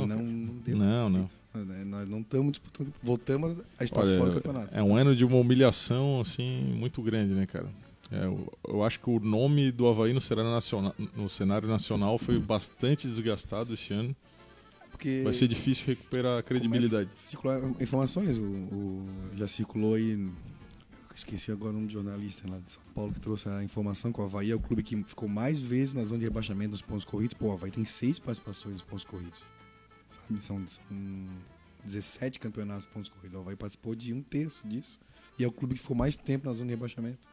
Nós não estamos disputando. Voltamos a estar fora do campeonato. É um ano de uma humilhação assim muito grande, né, cara? Eu acho que o nome do Avaí no cenário nacional foi bastante desgastado esse ano. Porque vai ser difícil recuperar a credibilidade. Circular informações. Já circulou aí. Esqueci agora o nome de jornalista lá de São Paulo que trouxe a informação que o Avaí é o clube que ficou mais vezes na zona de rebaixamento nos pontos corridos. Pô, o Avaí tem 6 participações nos pontos corridos. Sabe? São 17 campeonatos de pontos corridos. O Avaí participou de 1/3 disso. E é o clube que ficou mais tempo na zona de rebaixamento.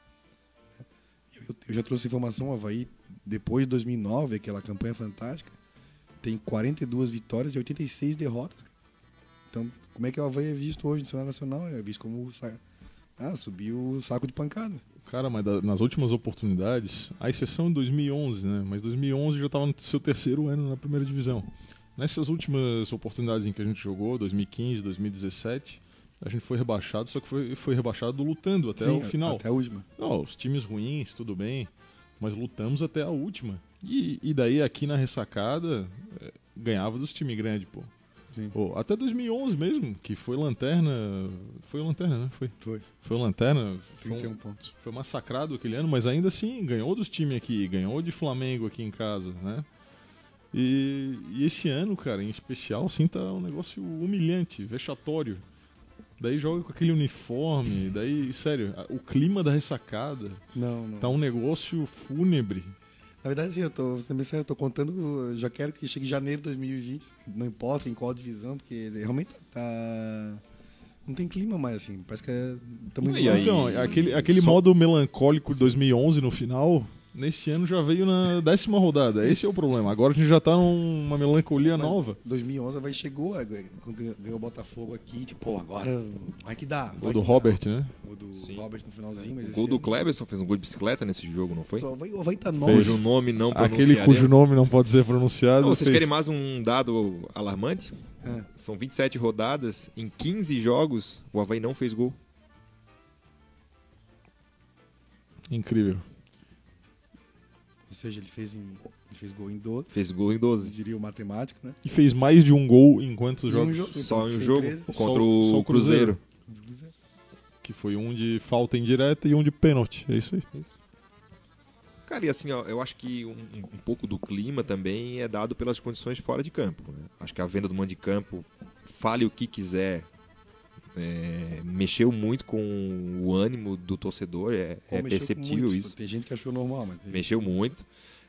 Eu já trouxe informação, o Avaí, depois de 2009, aquela campanha fantástica, tem 42 vitórias e 86 derrotas. Então, como é que o Avaí é visto hoje no cenário nacional? É visto como subiu o saco de pancada. Cara, mas nas últimas oportunidades, a exceção em 2011, né? Mas 2011 já estava no seu 3º ano na primeira divisão. Nessas últimas oportunidades em que a gente jogou, 2015, 2017, a gente foi rebaixado, só que foi rebaixado lutando até o final. Até a última. Não, os times ruins, tudo bem, mas lutamos até a última. E daí aqui na ressacada, ganhava dos times grandes, pô. Sim. Até 2011 mesmo, que foi lanterna. Foi lanterna, né? Foi lanterna. 31 pontos. Foi massacrado aquele ano, mas ainda assim ganhou dos times aqui, ganhou de Flamengo aqui em casa, né? E esse ano, cara, em especial, assim, tá um negócio humilhante, vexatório. Daí joga com aquele uniforme, daí, sério, o clima da ressacada tá um negócio fúnebre. Na verdade, assim, eu tô contando, já quero que chegue janeiro de 2020, não importa em qual divisão, porque realmente não tem clima mais, assim, parece que estamos indo. Então, aquele modo melancólico de 2011 no final, neste ano já veio na 10ª rodada, esse é o problema. Agora a gente já tá numa melancolia nova. 2011 vai chegou, quando ganhou o Botafogo aqui, tipo, agora vai que dá. O do Robert, né? O do Robert no finalzinho. Mas o gol do Cleberson fez um gol de bicicleta nesse jogo, não foi? O Vai tá nove. Cujo nome não pronunciaremos. Aquele cujo nome não pode ser pronunciado. Vocês querem mais um dado alarmante? São 27 rodadas, em 15 jogos o Avaí não fez gol. Incrível. Ou seja, ele fez gol em 12. Fez gol em 12. Diria o matemático, né? E fez mais de um gol em quantos jogos? Só em um jogo, contra o Cruzeiro. Que foi um de falta indireta e um de pênalti. É isso aí. Cara, e assim, eu acho que um pouco do clima também é dado pelas condições fora de campo, né? Acho que a venda do mando de campo, fale o que quiser, mexeu muito com o ânimo do torcedor, é perceptível isso. Tem gente que achou normal, mas... Mexeu muito.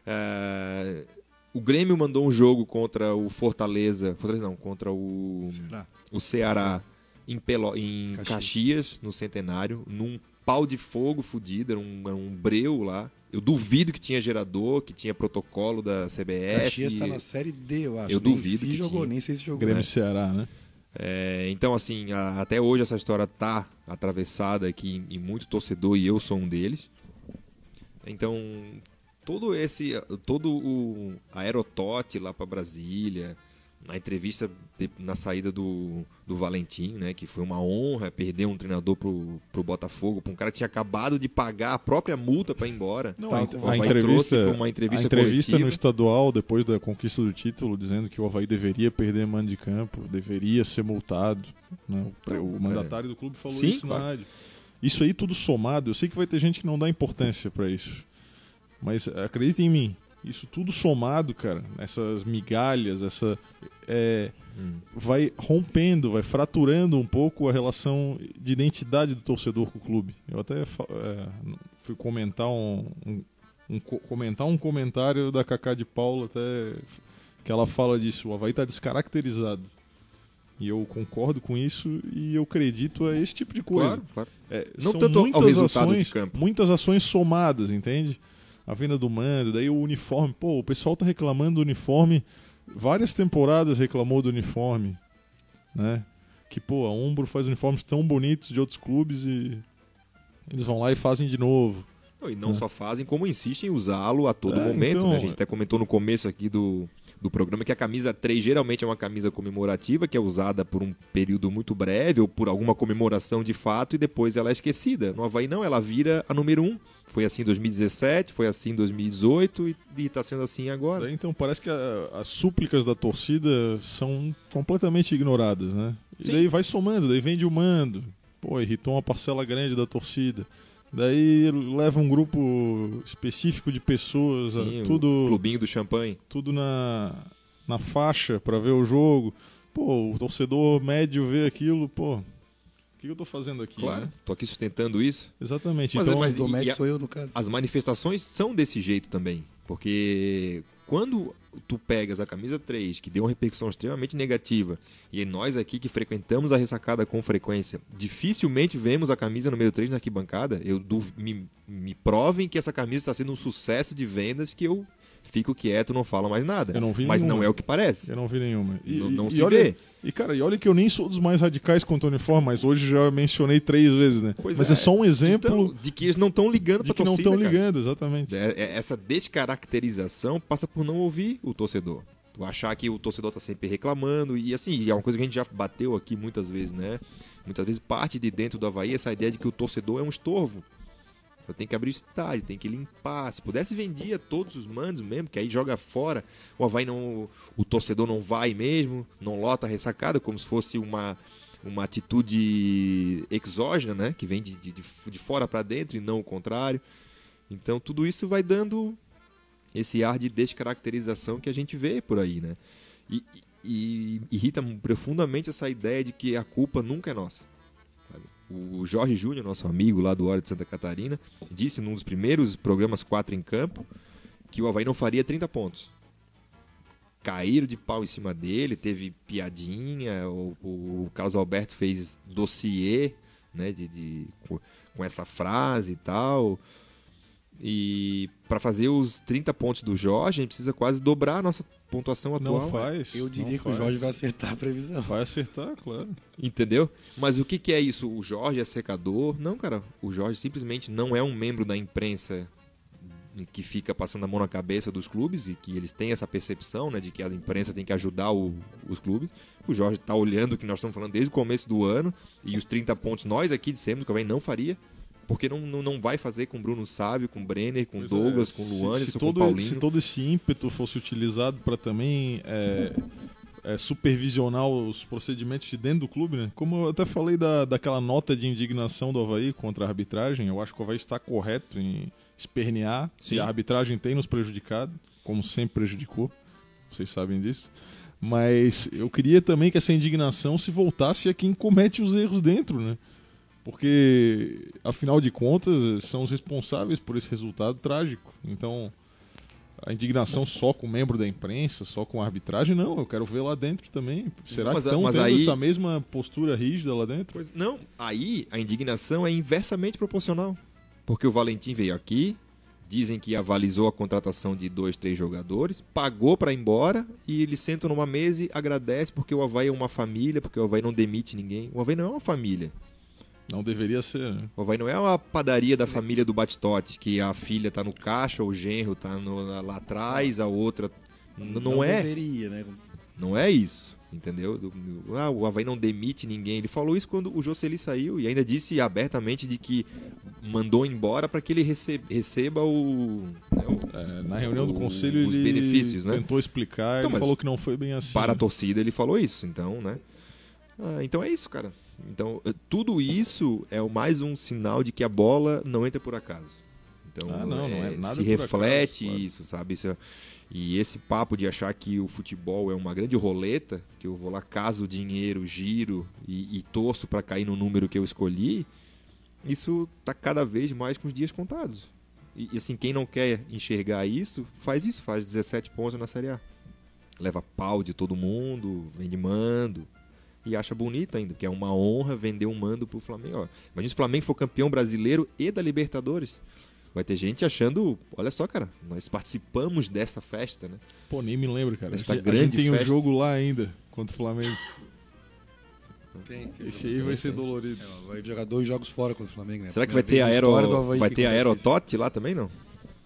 O Grêmio mandou um jogo contra o Fortaleza não, contra o Ceará em Caxias, no Centenário, num pau de fogo fudido, era um breu lá. Eu duvido que tinha gerador, que tinha protocolo da CBF. Caxias tá na Série D, eu acho. Eu duvido que jogou, nem sei se jogou. Grêmio Ceará, né? Então, assim, até hoje essa história tá atravessada aqui em muito torcedor e eu sou um deles. Então, todo o aerotote lá para Brasília, na entrevista na saída do Valentim, né, que foi uma honra perder um treinador pro Botafogo, para um cara que tinha acabado de pagar a própria multa para ir embora. Não, O a Avaí entrevista, trouxe pra uma entrevista coletiva. no estadual, depois da conquista do título, dizendo que o Avaí deveria perder mando de campo, deveria ser multado. Né? O mandatário do clube falou isso na rádio. Isso aí tudo somado, eu sei que vai ter gente que não dá importância para isso, mas acredite em mim, isso tudo somado, cara, essas migalhas, vai rompendo, vai fraturando um pouco a relação de identidade do torcedor com o clube. Eu até fui comentar um comentário da Cacá de Paula, até que ela fala disso, o Avaí está descaracterizado. E eu concordo com isso e eu acredito a esse tipo de coisa. Claro. Não são tanto ao resultado ações, de campo. muitas ações somadas, entende? A venda do mando, daí o uniforme. Pô, o pessoal tá reclamando do uniforme. Várias temporadas reclamou do uniforme, né? Que, pô, a Umbro faz uniformes tão bonitos de outros clubes e eles vão lá e fazem de novo. E não só fazem, como insistem em usá-lo a todo momento. Então, né? A gente até comentou no começo aqui do programa que a camisa 3 geralmente é uma camisa comemorativa, que é usada por um período muito breve ou por alguma comemoração de fato e depois ela é esquecida. No Avaí não, ela vira a número 1. Foi assim em 2017, foi assim em 2018 e está sendo assim agora. Então parece que as súplicas da torcida são completamente ignoradas, né? E daí vai somando, daí vende o mando. Pô, irritou uma parcela grande da torcida. Daí leva um grupo específico de pessoas, tudo o clubinho do champanhe. Tudo na faixa para ver o jogo. Pô, o torcedor médio vê aquilo, pô, o que eu tô fazendo aqui? Claro, né? Tô aqui sustentando isso. Exatamente. Mas então, o médio sou eu, no caso. As manifestações são desse jeito também, porque quando tu pegas a camisa 3, que deu uma repercussão extremamente negativa, e nós aqui que frequentamos a ressacada com frequência, dificilmente vemos a camisa número 3 na arquibancada, me provem que essa camisa está sendo um sucesso de vendas que eu fico quieto, não falo mais nada. Eu não vi Mas nenhuma. não é o que parece. Eu não vi nenhuma. Não se olha, vê. E, cara, olha que eu nem sou dos mais radicais quanto ao uniforme, mas hoje já mencionei 3 vezes, né? Mas é só um exemplo então, de que eles não estão ligando de pra que torcida, não estão cara. ligando, exatamente. Essa descaracterização passa por não ouvir o torcedor. Tu achar que o torcedor tá sempre reclamando. E assim, é uma coisa que a gente já bateu aqui muitas vezes, né? Muitas vezes parte de dentro do Avaí essa ideia de que o torcedor é um estorvo. Eu tenho que abrir o estádio, tem que limpar. Se pudesse, vendia todos os mandos mesmo, que aí joga fora. O Avaí não. O torcedor não vai mesmo, não lota a ressacada, como se fosse uma atitude exógena, né? Que vem de fora para dentro e não o contrário. Então tudo isso vai dando esse ar de descaracterização que a gente vê por aí, né? E irrita profundamente essa ideia de que a culpa nunca é nossa. Sabe? O Jorge Júnior, nosso amigo lá do Hora de Santa Catarina, disse num dos primeiros programas 4 em campo que o Avaí não faria 30 pontos. Caíram de pau em cima dele, teve piadinha, o Carlos Alberto fez dossiê, né, com essa frase e tal. E para fazer os 30 pontos do Jorge, a gente precisa quase dobrar a nossa pontuação atual. Não faz. Eu diria que o Jorge vai acertar a previsão. Vai acertar, claro. Entendeu? Mas o que é isso? O Jorge é secador? Não, cara. O Jorge simplesmente não é um membro da imprensa que fica passando a mão na cabeça dos clubes e que eles têm essa percepção, né, de que a imprensa tem que ajudar os clubes. O Jorge está olhando o que nós estamos falando desde o começo do ano e os 30 pontos nós aqui dissemos que o Avaí não faria. Porque não vai fazer com Bruno Sávio, com Brenner, com Douglas, com Luanderson, com Paulinho. Se todo esse ímpeto fosse utilizado para também supervisionar os procedimentos de dentro do clube, né? Como eu até falei daquela nota de indignação do Avaí contra a arbitragem, eu acho que o Avaí está correto em espernear. Sim. E a arbitragem tem nos prejudicado, como sempre prejudicou. Vocês sabem disso. Mas eu queria também que essa indignação se voltasse a quem comete os erros dentro, né? Porque, afinal de contas, são os responsáveis por esse resultado trágico. Então, a indignação só com o membro da imprensa, só com a arbitragem, não. Eu quero ver lá dentro também. Será que estão tendo essa mesma postura rígida lá dentro? Pois não, aí a indignação é inversamente proporcional. Porque o Valentim veio aqui, dizem que avalizou a contratação de 2, 3 jogadores, pagou para ir embora e eles sentam numa mesa e agradecem porque o Avaí é uma família, porque o Avaí não demite ninguém. O Avaí não é uma família. Não deveria ser, né? O Avaí não é uma padaria da família do Batistotti, que a filha tá no caixa, o genro tá lá atrás, a outra... Não é. Deveria, né? Não é isso, entendeu? O Avaí não demite ninguém. Ele falou isso quando o Joseli saiu e ainda disse abertamente de que mandou embora para que ele receba na reunião do conselho os ele benefícios, né? tentou explicar, Então, ele falou que não foi bem assim. Para a torcida ele falou isso, então, né? Então é isso, cara. Então, tudo isso é mais um sinal de que a bola não entra por acaso. Então, não é nada se por reflete acaso, claro. isso, sabe? E esse papo de achar que o futebol é uma grande roleta, que eu vou lá, caso o dinheiro, giro e torço para cair no número que eu escolhi, isso tá cada vez mais com os dias contados. E assim, quem não quer enxergar isso, faz 17 pontos na Série A. Leva pau de todo mundo, vende mando. E acha bonito ainda, porque é uma honra vender um mando pro Flamengo. Ó, imagina se o Flamengo for campeão brasileiro e da Libertadores. Vai ter gente achando, olha só, cara, nós participamos dessa festa, né? Pô, nem me lembro, cara. Desta a gente grande tem festa. um jogo lá ainda, contra o Flamengo. Tem. Esse aí vai ser dolorido. Vai jogar 2 jogos fora contra o Flamengo, né? Será que vai ter Aerotote lá também, não?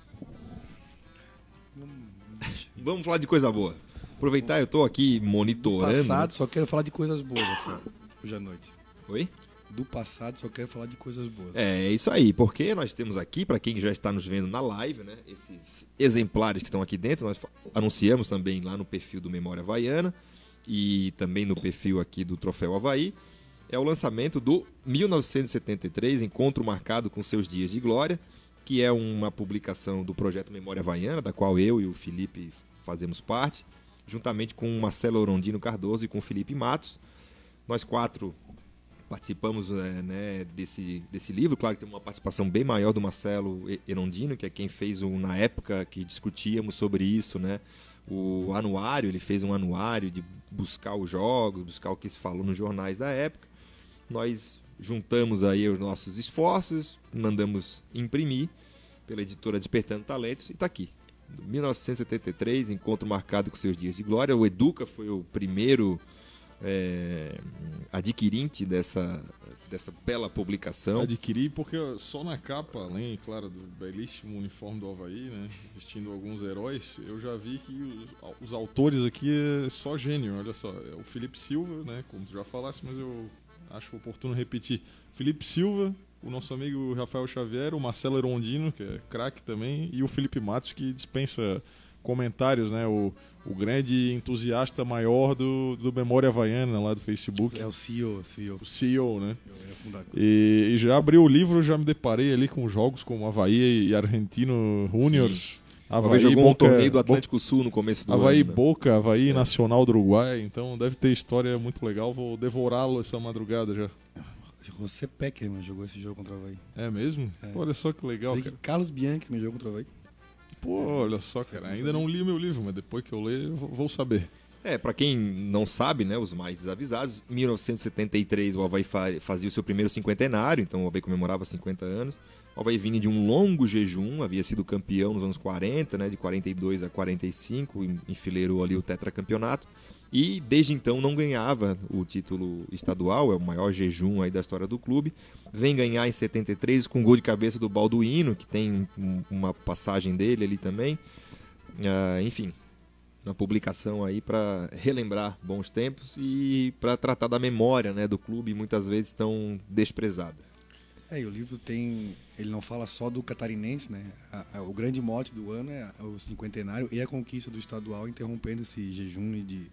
Vamos falar de coisa boa. Aproveitar, eu tô aqui monitorando. Do passado, só quero falar de coisas boas, Rafael, hoje à noite. Oi? Do passado, só quero falar de coisas boas. É isso aí, porque nós temos aqui, para quem já está nos vendo na live, né, esses exemplares que estão aqui dentro, nós anunciamos também lá no perfil do Memória Havaiana e também no perfil aqui do Troféu Avaí, é o lançamento do 1973, Encontro Marcado com Seus Dias de Glória, que é uma publicação do projeto Memória Havaiana, da qual eu e o Felipe fazemos parte, juntamente com o Marcelo Orondino Cardoso e com o Felipe Matos. Nós 4 participamos desse livro. Claro que tem uma participação bem maior do Marcelo Erondino, que é quem fez na época que discutíamos sobre isso, né? O anuário, ele fez um anuário de buscar os jogos, buscar o que se falou nos jornais da época. Nós juntamos aí os nossos esforços, mandamos imprimir pela editora Despertando Talentos e está aqui. 1973, Encontro Marcado com Seus Dias de Glória. O Educa foi o primeiro adquirente dessa bela publicação. Adquiri porque só na capa, além, claro, do belíssimo uniforme do Avaí, né, vestindo alguns heróis, eu já vi que os autores aqui é só gênio. Olha só, é o Felipe Silva, né, como tu já falasse, mas eu acho oportuno repetir. Felipe Silva, o nosso amigo Rafael Xavier, o Marcelo Erondino, que é craque também, e o Felipe Matos, que dispensa comentários, né? O grande entusiasta maior do Memória Havaiana lá do Facebook. É o CEO. O CEO, né? É o fundador. E já abri o livro, já me deparei ali com jogos como Avaí e Argentino Juniors. Avaí jogou um torneio do Atlântico Sul no começo do Avaí ano. Boca, Avaí Nacional do Uruguai. Então deve ter história muito legal. Vou devorá-lo essa madrugada já. José Peckerman jogou esse jogo contra o Avaí. É mesmo? É. Olha só que legal, cara. Carlos Bianchi também jogou contra o Avaí. Pô, olha só, cara. Ainda não li o meu livro, mas depois que eu ler, eu vou saber. Para quem não sabe, né, os mais desavisados, em 1973 o Avaí fazia o seu primeiro cinquentenário, então o Avaí comemorava 50 anos. O Avaí vinha de um longo jejum, havia sido campeão nos anos 40, né, de 42 a 45, enfileirou ali o tetracampeonato. E desde então não ganhava o título estadual, é o maior jejum aí da história do clube. Vem ganhar em 73 com gol de cabeça do Balduino, que tem uma passagem dele ali também. Enfim, uma publicação aí para relembrar bons tempos e para tratar da memória, né, do clube, muitas vezes tão desprezada. E o livro ele não fala só do catarinense, né? O grande mote do ano é o cinquentenário e a conquista do estadual, interrompendo esse jejum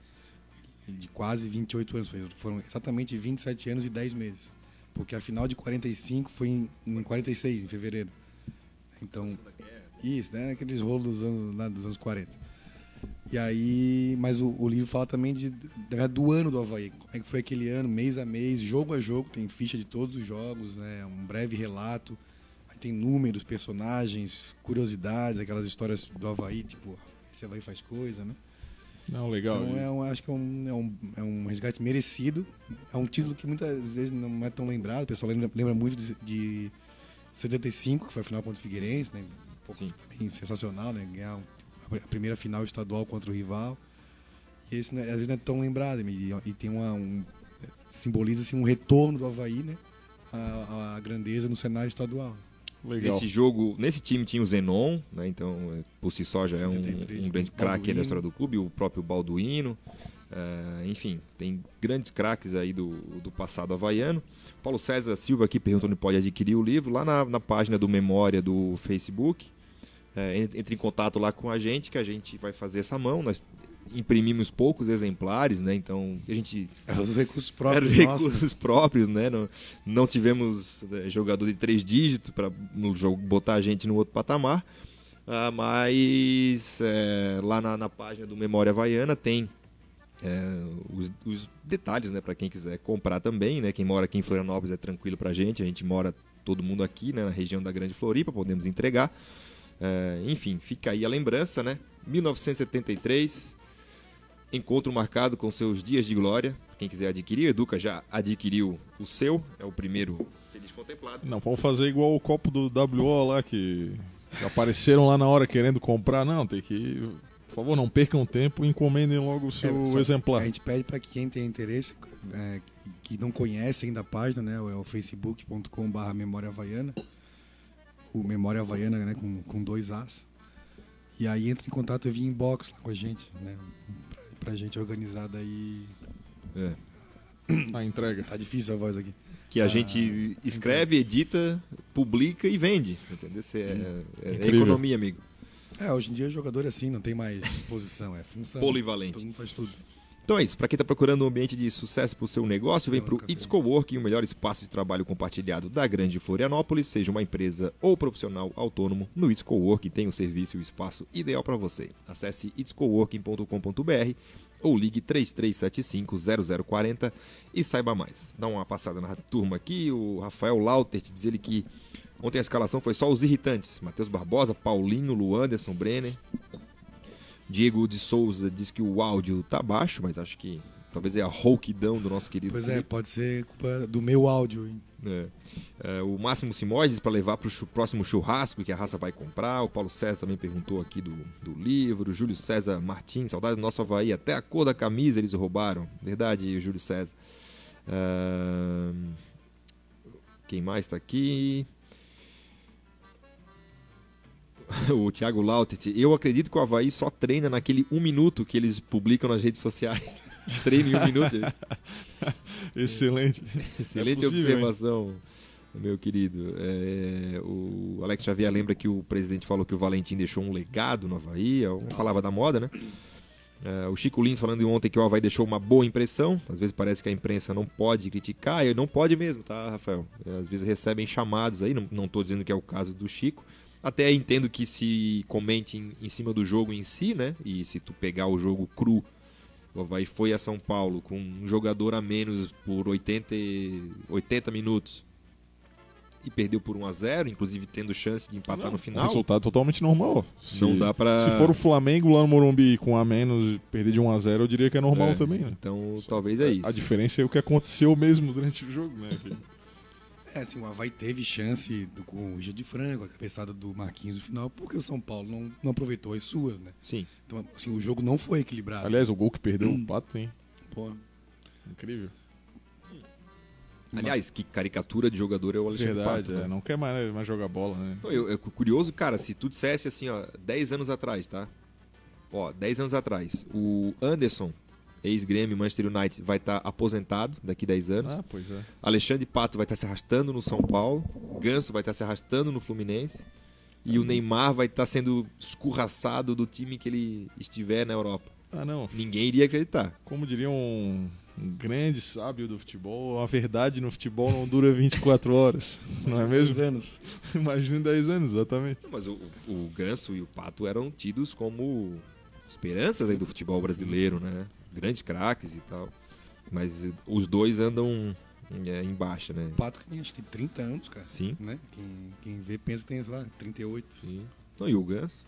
de quase 28 anos. Foram exatamente 27 anos e 10 meses. Porque a final de 45 foi em 46, em fevereiro. Então, isso, né? Aqueles rolos dos anos 40. E aí, mas o livro fala também do ano do Avaí. Como é que foi aquele ano, mês a mês, jogo a jogo. Tem ficha de todos os jogos, né? Um breve relato. Aí tem números, personagens, curiosidades, aquelas histórias do Avaí, tipo, esse Avaí faz coisa, né? Não, legal. Então acho que é um resgate merecido. É um título que muitas vezes não é tão lembrado. O pessoal lembra muito de 75, que foi a final contra o Figueirense, né? Sensacional, né? Ganhar a primeira final estadual contra o rival. E esse, às vezes, não é tão lembrado. E tem simboliza assim, um retorno do Avaí, né? A grandeza no cenário estadual. Legal. Nesse time tinha o Zenon, né? Então por si só já é um grande craque da história do clube, o próprio Balduino, Enfim, tem grandes craques aí do passado havaiano. Paulo César Silva aqui perguntou onde pode adquirir o livro, lá na página do Memória do Facebook. Entre em contato lá com a gente, que a gente vai fazer essa mão. Nós imprimimos poucos exemplares, né? Então a gente... Os recursos próprios. Recursos próprios, né? Não tivemos jogador de 3 dígitos para no jogo botar a gente no outro patamar. Mas lá na página do Memória Havaiana tem os detalhes, né, para quem quiser comprar também, né? Quem mora aqui em Florianópolis é tranquilo pra gente, a gente mora todo mundo aqui, né, na região da Grande Floripa, podemos entregar. Enfim, fica aí a lembrança, né? 1973, encontro marcado com seus dias de glória. Quem quiser adquirir, o Educa já adquiriu o seu, é o primeiro feliz contemplado. Não, vamos fazer igual o copo do WO lá, que apareceram lá na hora querendo comprar. Não, tem que... Por favor, não percam tempo e encomendem logo o seu exemplar. A gente pede para que quem tem interesse, que não conhece ainda a página, né, é o facebook.com/Memória Havaiana, o Memória Havaiana, né, com 2 As. E aí entra em contato via inbox lá com a gente, né, pra gente organizar daí... A entrega. Tá difícil a voz aqui. Que a gente escreve, edita, publica e vende. Entendeu? É economia, amigo. Hoje em dia o jogador é assim, não tem mais posição, é função. Polivalente. Todo mundo faz tudo. Então é isso. Para quem está procurando um ambiente de sucesso para o seu negócio, vem para o It's Coworking, o melhor espaço de trabalho compartilhado da Grande Florianópolis. Seja uma empresa ou profissional autônomo, no It's Coworking tem o serviço e o espaço ideal para você. Acesse itscoworking.com.br ou ligue 3375-0040 e saiba mais. Dá uma passada na turma aqui. O Rafael Lautert diz ele que ontem a escalação foi só os irritantes. Matheus Barbosa, Paulinho, Luanderson, Brenner. Diego de Souza diz que o áudio tá baixo, mas acho que talvez é a rouquidão do nosso querido Pois Felipe. Pode ser culpa do meu áudio, hein? O Máximo Simões diz para levar para o próximo churrasco que a raça vai comprar. O Paulo César também perguntou aqui do livro. O Júlio César Martins, saudade do nosso Havaí, até a cor da camisa eles roubaram. Verdade, Júlio César. Quem mais está aqui? O Thiago Lautet. Eu acredito que o Havaí só treina naquele 1 minuto que eles publicam nas redes sociais. Treino em 1 minuto. Excelente. Excelente observação, meu querido. O Alex Xavier lembra que o presidente falou que o Valentim deixou um legado no Havaí. É uma palavra da moda, né? O Chico Lins falando ontem que o Havaí deixou uma boa impressão. Às vezes parece que a imprensa não pode criticar. E não pode mesmo, tá, Rafael? Às vezes recebem chamados aí. Não estou dizendo que é o caso do Chico. Até entendo que se comente em cima do jogo em si, né? E se tu pegar o jogo cru, o Havaí foi a São Paulo com um jogador a menos por 80 minutos e perdeu por 1-0, inclusive tendo chance de empatar no final. Um resultado totalmente normal. Não dá pra... Se for o Flamengo lá no Morumbi com a menos perder de 1-0, eu diria que é normal também, né? Então talvez é isso. A diferença é o que aconteceu mesmo durante o jogo, né? Assim, o Havaí teve chance com o Gil de Frango, a cabeçada do Marquinhos no final, porque o São Paulo não aproveitou as suas, né? Sim. Então, assim, o jogo não foi equilibrado. Aliás, o gol que perdeu o Pato, hein? Pô. Incrível. Aliás, que caricatura de jogador é o Alexandre Verdade, Pato. Né? Não quer mais jogar bola, né? É curioso, cara, se tu dissesse assim, 10 anos atrás, tá? 10 anos atrás, o Anderson, ex-Grêmio, Manchester United, vai estar aposentado daqui 10 anos. Pois é. Alexandre Pato vai estar se arrastando no São Paulo. Ganso vai estar se arrastando no Fluminense. E o Neymar vai estar sendo escorraçado do time que ele estiver na Europa. Não. Ninguém iria acreditar. Como diria um grande sábio do futebol, a verdade no futebol não dura 24 horas. Não é mesmo? 10 anos. Imagina 10 anos, exatamente. Mas o Ganso e o Pato eram tidos como esperanças aí do futebol brasileiro, né? Grandes craques e tal. Mas os dois andam em baixa, né? O Pato que acho que tem 30 anos, cara. Sim. Né? Quem vê pensa que tem, sei lá, 38. Sim. Não, e o Ganso?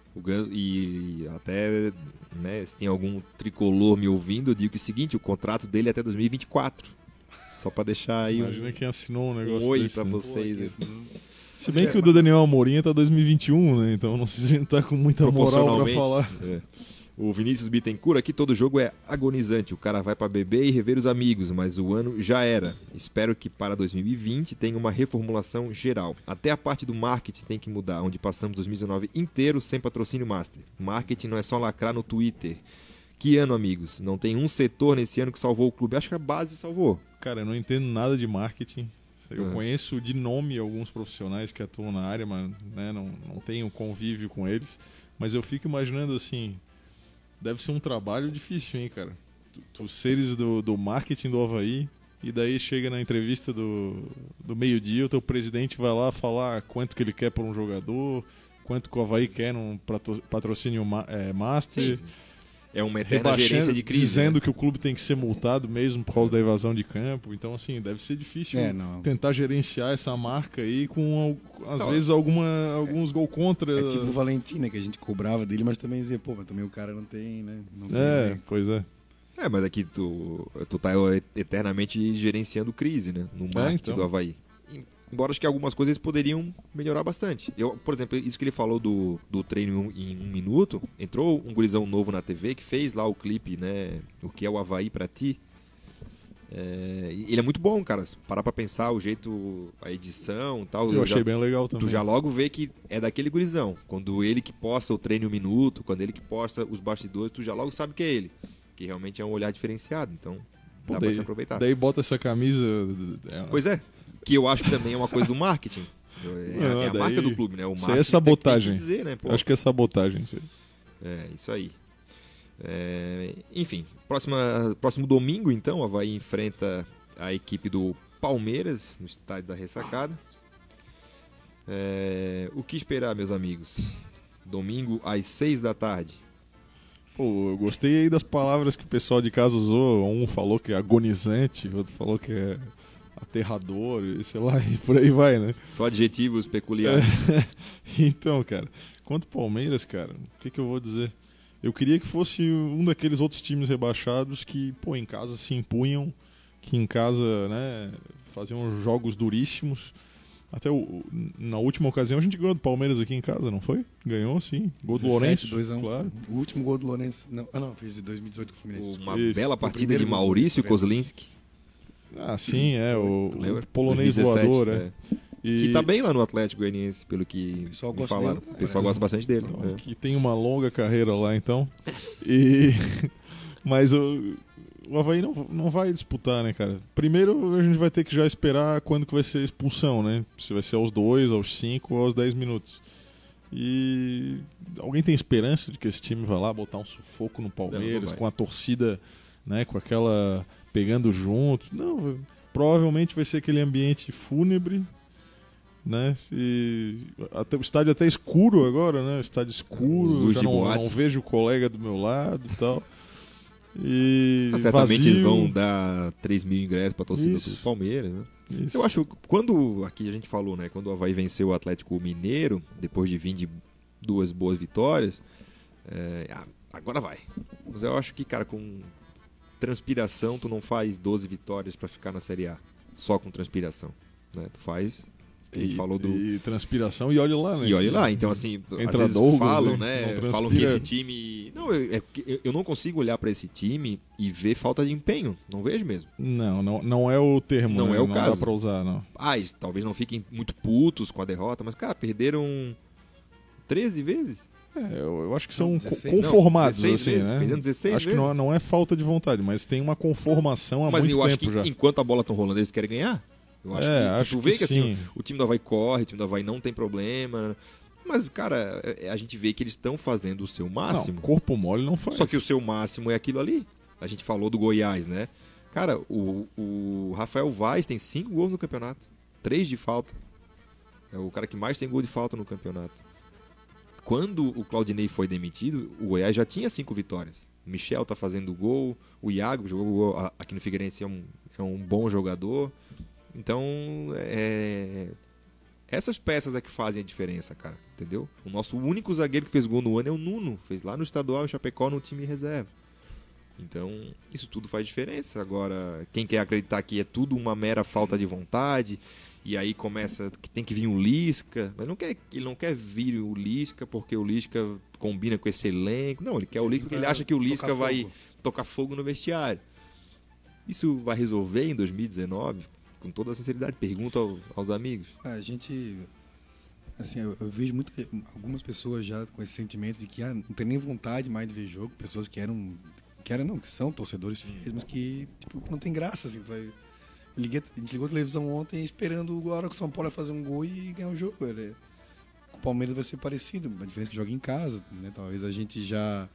E até, né, se tem algum tricolor me ouvindo, eu digo que é o seguinte, o contrato dele é até 2024. Só pra deixar aí Imagina quem assinou um negócio oi desse, pra né? vocês. Se bem que o do Daniel Amorim tá 2021, né? Então não sei se a gente tá com muita moral pra falar. O Vinícius Bittencourt, aqui todo jogo é agonizante. O cara vai pra beber e rever os amigos, mas o ano já era. Espero que para 2020 tenha uma reformulação geral. Até a parte do marketing tem que mudar, onde passamos 2019 inteiro sem patrocínio master. Marketing não é só lacrar no Twitter, Que ano, amigos? Não tem um setor nesse ano que salvou o clube. Acho que a base salvou. Cara, eu não entendo nada de marketing. Eu conheço de nome alguns profissionais que atuam na área, mas né, não tenho convívio com eles. Mas eu fico imaginando assim, deve ser um trabalho difícil, hein, cara? Tu seres do marketing do Avaí, e daí chega na entrevista do meio-dia, o teu presidente vai lá falar quanto que ele quer por um jogador, quanto que o Avaí quer num patrocínio master. Sim. É uma eterna gerência de crise. Dizendo que o clube tem que ser multado mesmo por causa da evasão de campo. Então, assim, deve ser difícil tentar gerenciar essa marca aí com, às vezes, alguns gol contra. É tipo o Valentim, né, que a gente cobrava dele, mas também dizia, pô, mas também o cara não tem, né? Não sei pois é. Mas aqui tu tá eternamente gerenciando crise, né? No marketing do Avaí. Embora acho que algumas coisas poderiam melhorar bastante. Por exemplo, isso que ele falou do treino em 1 minuto, entrou um gurizão novo na TV que fez lá o clipe, né? O que é o Avaí pra ti. Ele é muito bom, cara. Se parar pra pensar o jeito, a edição e tal. Eu achei bem legal também. Tu já logo vê que é daquele gurizão. Quando ele que posta o treino em 1 minuto, quando ele que posta os bastidores, tu já logo sabe que é ele. Que realmente é um olhar diferenciado. Então, dá pra se aproveitar. Daí bota essa camisa... Pois é. Que eu acho que também é uma coisa do marketing. É a marca do clube, né? O marketing isso é sabotagem. Tem que dizer, né? Pô. Acho que é sabotagem. Isso aí. Enfim, próximo domingo, então, o Avaí enfrenta a equipe do Palmeiras no estádio da Ressacada. O que esperar, meus amigos? Domingo às 6 da tarde. Pô, eu gostei aí das palavras que o pessoal de casa usou. Um falou que é agonizante, outro falou que é aterrador, sei lá, e por aí vai, né? Só adjetivos peculiares. Então, cara, quanto Palmeiras, cara, o que eu vou dizer? Eu queria que fosse um daqueles outros times rebaixados que, pô, em casa se impunham, que em casa, né, faziam jogos duríssimos. Até na última ocasião a gente ganhou do Palmeiras aqui em casa, não foi? Ganhou, sim. Gol do Lourenço. 2-1. Claro. O último gol do Lourenço. Não, fez de 2018 com o Fluminense. Uma bela partida de Maurício Kozlinski. Ah, sim, o polonês 2017, voador, Que tá bem lá no Atlético Goianiense, pelo que me falaram. O pessoal gosta bastante dele. Então, que tem uma longa carreira lá, então. Mas o Avaí não vai disputar, né, cara? Primeiro a gente vai ter que já esperar quando que vai ser a expulsão, né? Se vai ser aos 2, aos 5 ou aos 10 minutos. E alguém tem esperança de que esse time vai lá botar um sufoco no Palmeiras, com a torcida, né, com aquela pegando junto? Não, provavelmente vai ser aquele ambiente fúnebre, né? O estádio até escuro agora, né? O estádio escuro, já não vejo o colega do meu lado e tal. E certamente vazio. Eles vão dar 3 mil ingressos para a torcida do Palmeiras, né? Eu acho, quando aqui a gente falou, né, quando o Avaí venceu o Atlético Mineiro, depois de vir de 2 boas vitórias, agora vai. Mas eu acho que, cara, com transpiração, tu não faz 12 vitórias para ficar na Série A, só com transpiração, né? Tu faz... E transpiração e olha lá, né? E olha lá, então assim, às vezes falam, né? Falam que esse time... Não, eu não consigo olhar para esse time e ver falta de empenho. Não vejo mesmo. Não é o termo, não, né? É o caso. Não dá pra usar, não. Talvez não fiquem muito putos com a derrota, mas, cara, perderam 13 vezes. Eu acho que são 16, conformados, 16 assim, vezes, né? Perdendo 16 acho vezes. que não é falta de vontade, mas tem uma conformação há muito tempo já. Mas eu acho que enquanto a bola tá rolando, eles querem ganhar. Eu acho que tu vê que assim, o time do Avaí corre, o time do Avaí não tem problema. Mas, cara, a gente vê que eles estão fazendo o seu máximo. Não, corpo mole não faz. Só que o seu máximo é aquilo ali. A gente falou do Goiás, né? Cara, o Rafael Vaz tem 5 gols no campeonato. 3 de falta. É o cara que mais tem gol de falta no campeonato. Quando o Claudinei foi demitido, o Goiás já tinha 5 vitórias. O Michel tá fazendo gol. O Iago jogou aqui no Figueirense, é um bom jogador. Então, essas peças é que fazem a diferença, cara, entendeu? O nosso único zagueiro que fez gol no ano é o Nuno, fez lá no estadual em Chapecó no time reserva. Então, isso tudo faz diferença. Agora, quem quer acreditar que é tudo uma mera falta de vontade, e aí começa que tem que vir o Lisca, mas ele não quer vir o Lisca porque o Lisca combina com esse elenco. Não, ele quer o Lisca porque ele acha que o Lisca vai tocar fogo no vestiário. Isso vai resolver em 2019? Com toda a sinceridade, pergunto aos amigos. A gente, assim, eu vejo algumas pessoas já com esse sentimento de que não tem nem vontade mais de ver jogo, pessoas que eram que são torcedores fiéis, mas que tipo, não tem graça, assim. A gente ligou a televisão ontem esperando a hora que o São Paulo ia fazer um gol e ganhar o jogo. Com o Palmeiras vai ser parecido, a diferença é que joga em casa, né? Talvez a gente já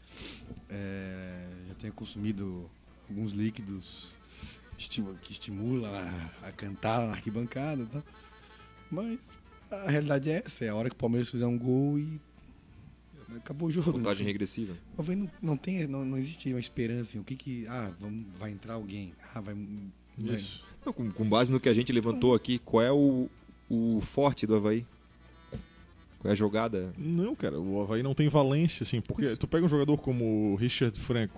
tenha consumido alguns líquidos que estimulam a cantar na arquibancada, tá? Mas a realidade é essa, é a hora que o Palmeiras fizer um gol e acabou o jogo. Contagem regressiva. Não existe uma esperança em vai entrar alguém. Isso. Não, com base no que a gente levantou aqui, qual é o forte do Avaí? Qual é a jogada? Não, cara, o Avaí não tem valência, assim, porque tu pega um jogador como o Richard Franco,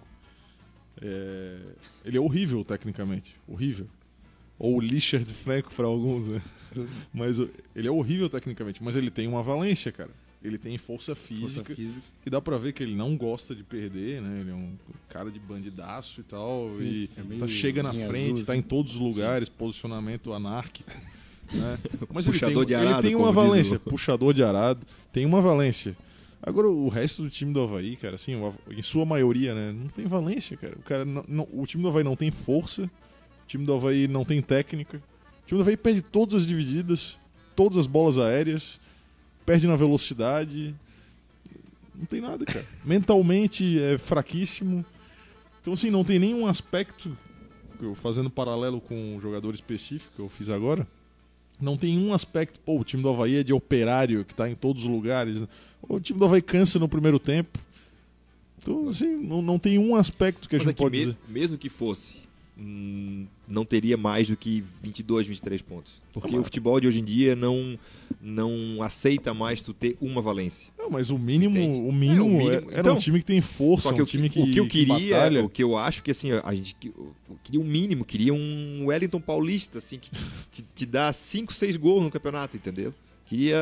ele é horrível tecnicamente, horrível. Ou o Richard Franco para alguns, né? Mas ele é horrível tecnicamente, mas ele tem uma valência, cara. Ele tem força física, que dá pra ver que ele não gosta de perder, né? Ele é um cara de bandidaço e tal, sim, chega na frente, azul, tá em todos os lugares, posicionamento anárquico, né? Mas puxador de arado, ele tem uma valência, puxador de arado, tem uma valência. Agora o resto do time do Avaí, cara, assim, em sua maioria, né, não tem valência, cara. O time do Avaí não tem força, o time do Avaí não tem técnica, o time do Avaí perde todas as divididas, todas as bolas aéreas, perde na velocidade, não tem nada, cara. Mentalmente é fraquíssimo. Então, assim, não tem nenhum aspecto, fazendo paralelo com um jogador específico que eu fiz agora, não tem um aspecto, o time do Avaí é de operário, que tá em todos os lugares. O time do Avaí cansa no primeiro tempo. Então, assim, não tem um aspecto que a gente pode dizer. Mesmo que fosse, não teria mais do que 22, 23 pontos. Porque o futebol de hoje em dia não aceita mais tu ter uma valência. Não, mas o mínimo era então, um time que tem força, só que um time o que eu queria, batalha. o que eu acho que assim, a gente queria um mínimo, queria um Wellington Paulista, assim, que te dá 5, 6 gols no campeonato, entendeu? Queria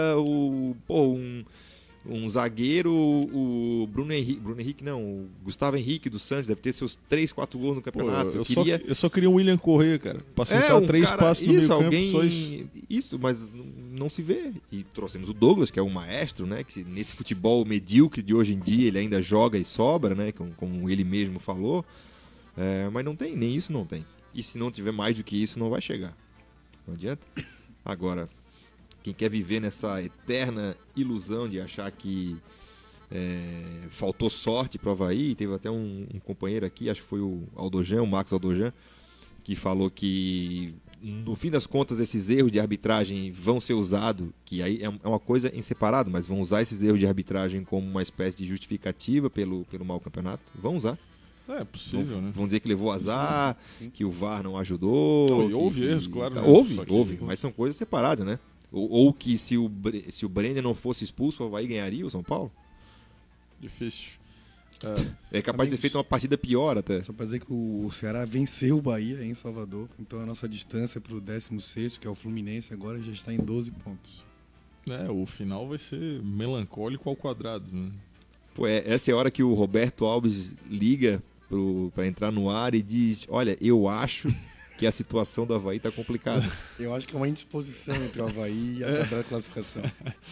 um zagueiro, o Bruno Henrique não, o Gustavo Henrique do Santos, deve ter seus 3, 4 gols no campeonato. Eu só queria o William Corrêa, cara, pra acertar 3 passos no meio campo. Isso, mas não se vê. E trouxemos o Douglas, que é um maestro, né, que nesse futebol medíocre de hoje em dia ele ainda joga e sobra, né, como ele mesmo falou, mas não tem, nem isso não tem. E se não tiver mais do que isso, não vai chegar. Não adianta. Agora, quem quer viver nessa eterna ilusão de achar que faltou sorte para o Avaí, teve até um companheiro aqui, acho que foi o Max Aldojan, que falou que no fim das contas esses erros de arbitragem vão ser usados, que aí é uma coisa em separado, mas vão usar esses erros de arbitragem como uma espécie de justificativa pelo mau campeonato. Vão usar. É possível, né? Vão dizer que levou azar, que o VAR não ajudou. Não, houve erros, claro. Né? Houve, mas são coisas separadas, né? Ou que se o Brenner não fosse expulso, o Avaí ganharia o São Paulo? Difícil. É capaz de ter feito uma partida pior até. Só para dizer que o Ceará venceu o Bahia em Salvador, então a nossa distância para o 16º, que é o Fluminense, agora já está em 12 pontos. O final vai ser melancólico ao quadrado, né? Pô, essa é a hora que o Roberto Alves liga para entrar no ar e diz, olha, eu acho que a situação do Avaí está complicada. Eu acho que é uma indisposição entre o Avaí e a tabela de classificação.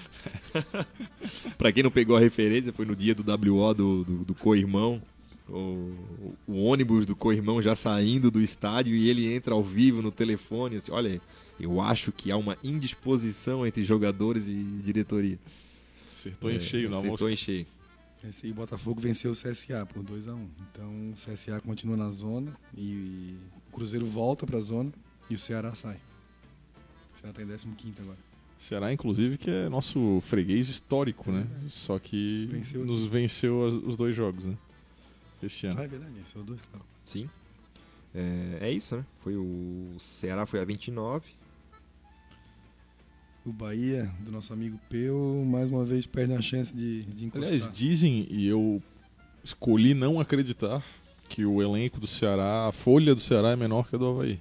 Para quem não pegou a referência, foi no dia do WO do co-irmão, o ônibus do co-irmão já saindo do estádio e ele entra ao vivo no telefone, assim, olha, eu acho que há uma indisposição entre jogadores e diretoria. Acertou em cheio na mosca. Acertou em cheio. Esse aí, Botafogo venceu o CSA por 2-1. Então o CSA continua na zona e o Cruzeiro volta para a zona e o Ceará sai. O Ceará está em 15º agora. Ceará, inclusive, que é nosso freguês histórico, né? Só que nos venceu os 2 jogos, né? Esse ano. É verdade, venceu 2, claro. Sim. É isso, né? O Ceará foi a 29. O Bahia, do nosso amigo Peu, mais uma vez perde a chance de encostar. Aliás, dizem, e eu escolhi não acreditar, que o elenco do Ceará, a folha do Ceará é menor que a do Avaí.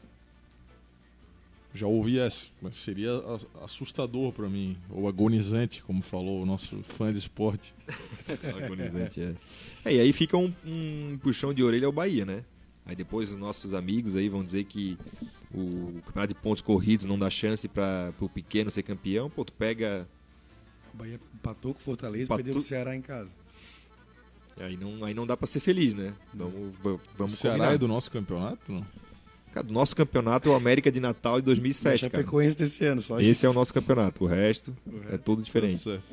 Já ouvi essa, mas seria assustador para mim, ou agonizante, como falou o nosso fã de esporte. Agonizante, e aí fica um puxão de orelha ao Bahia, né? Aí depois os nossos amigos aí vão dizer que o campeonato de pontos corridos não dá chance para o pequeno ser campeão. Pô, tu pega... O Bahia empatou com o Fortaleza e perdeu o Ceará em casa. Aí não dá pra ser feliz, né? Vamos O Ceará combinar. é do nosso campeonato, não? Cara, do nosso campeonato é o América de Natal de 2007, cara. Chapecoense desse ano, só Esse isso. é o nosso campeonato, o resto é todo diferente. Tá certo.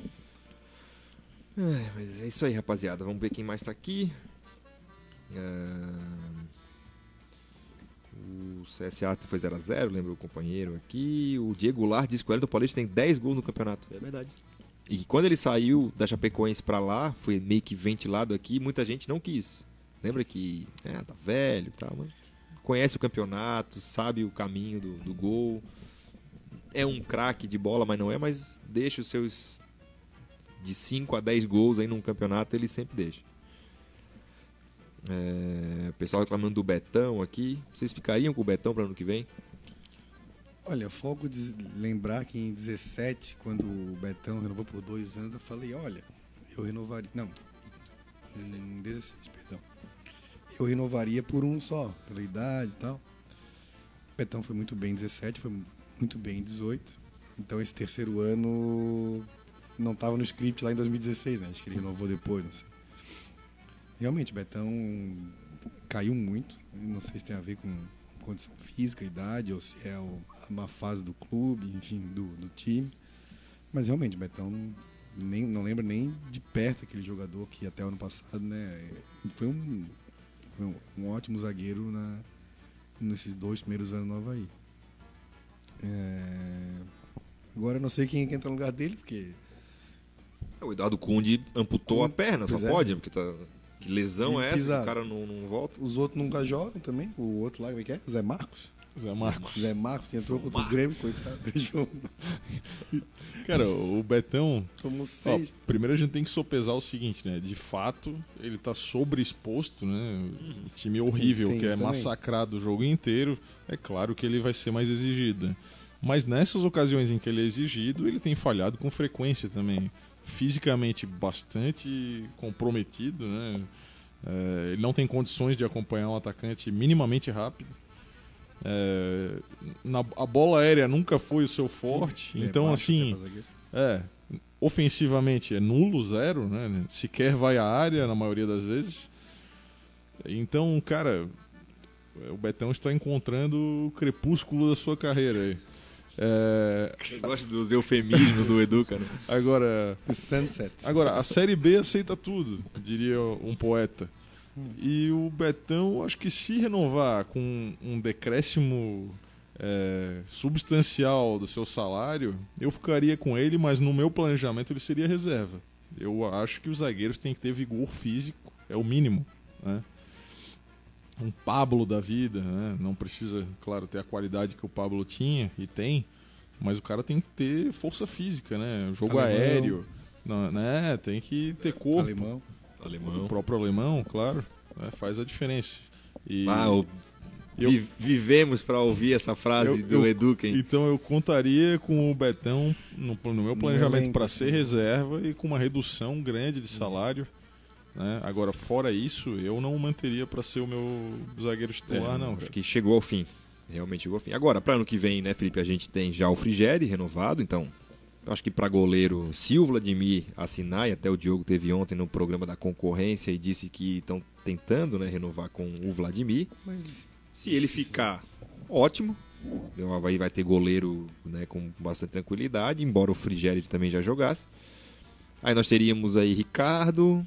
Mas é isso aí, rapaziada. Vamos ver quem mais tá aqui. O CSA foi 0x0, lembra o companheiro aqui. O Diego Goulart diz que o Wellington Paulista tem 10 gols no campeonato. É verdade. E quando ele saiu da Chapecoense pra lá, foi meio que ventilado aqui, muita gente não quis. Lembra que tá velho e tal, mas conhece o campeonato, sabe o caminho do gol. É um craque de bola, mas não é, mas deixa os seus de 5 a 10 gols aí num campeonato, ele sempre deixa. O pessoal reclamando do Betão aqui. Vocês ficariam com o Betão para ano que vem? Olha, foco de lembrar que em 17, quando o Betão renovou por 2 anos, eu falei, olha, eu renovaria... Não, em 16, perdão. Eu renovaria por um só, pela idade e tal. O Betão foi muito bem em 17, foi muito bem em 18. Então esse terceiro ano não estava no script lá em 2016, né? Acho que ele renovou depois, não sei. Realmente, o Betão caiu muito. Não sei se tem a ver com condição física, idade, ou se é uma fase do clube, enfim, do time. Mas realmente, o Betão não lembra nem de perto aquele jogador que até o ano passado, né? Foi um ótimo zagueiro nesses 2 primeiros anos no Avaí. Agora eu não sei quem entra no lugar dele, porque... O Eduardo Cunde amputou a perna, só Pois é. pode, porque tá... Que lesão é essa? Pisado. O cara não volta? Os outros nunca jogam também. O outro lá, como é que é? Zé Marcos. Zé Marcos. Zé Marcos, que entrou contra o Grêmio, coitado do jogo. Cara, o Betão... Tomou Ó, 6. primeiro a gente tem que sopesar o seguinte, né? De fato, ele tá sobreexposto, né? Um time horrível, Tem que é isso também. massacrado o jogo inteiro. É claro que ele vai ser mais exigido, né? Mas nessas ocasiões em que ele é exigido, ele tem falhado com frequência também. Fisicamente bastante comprometido, né? Ele não tem condições de acompanhar um atacante minimamente rápido. A bola aérea nunca foi o seu forte. Então, assim... ofensivamente é nulo, zero, né? Sequer vai à área na maioria das vezes. Então, cara, o Betão está encontrando o crepúsculo da sua carreira aí. Eu gosto dos eufemismos do Edu, cara. Agora, Sunset. a Série B aceita tudo, diria um poeta. E o Betão, acho que se renovar com um decréscimo substancial do seu salário, eu ficaria com ele, mas no meu planejamento ele seria reserva. Eu acho que os zagueiros têm que ter vigor físico, é o mínimo, né? Um Pablo da vida, né? Não precisa, claro, ter a qualidade que o Pablo tinha e tem, mas o cara tem que ter força física, né? Jogo Alemão. aéreo, né? Tem que ter corpo. O próprio alemão, claro, né? Faz a diferença. E Vivemos para ouvir essa frase do Edu, quem? Então eu contaria com o Betão no meu planejamento elenco, para ser assim. reserva e com uma redução grande de salário. Né? Agora, fora isso, eu não manteria para ser o meu zagueiro titular, não. Acho Cara. que chegou ao fim. Realmente chegou ao fim. Agora, para ano que vem, né, Felipe, a gente tem já o Frigeri renovado, então acho que para goleiro, se o Vladimir assinar, e até o Diogo teve ontem no programa da concorrência e disse que estão tentando, né, renovar com o Vladimir. Mas Se ele ficar, ótimo. O Avaí vai ter goleiro, né, com bastante tranquilidade, embora o Frigeri também já jogasse. Aí nós teríamos aí Ricardo,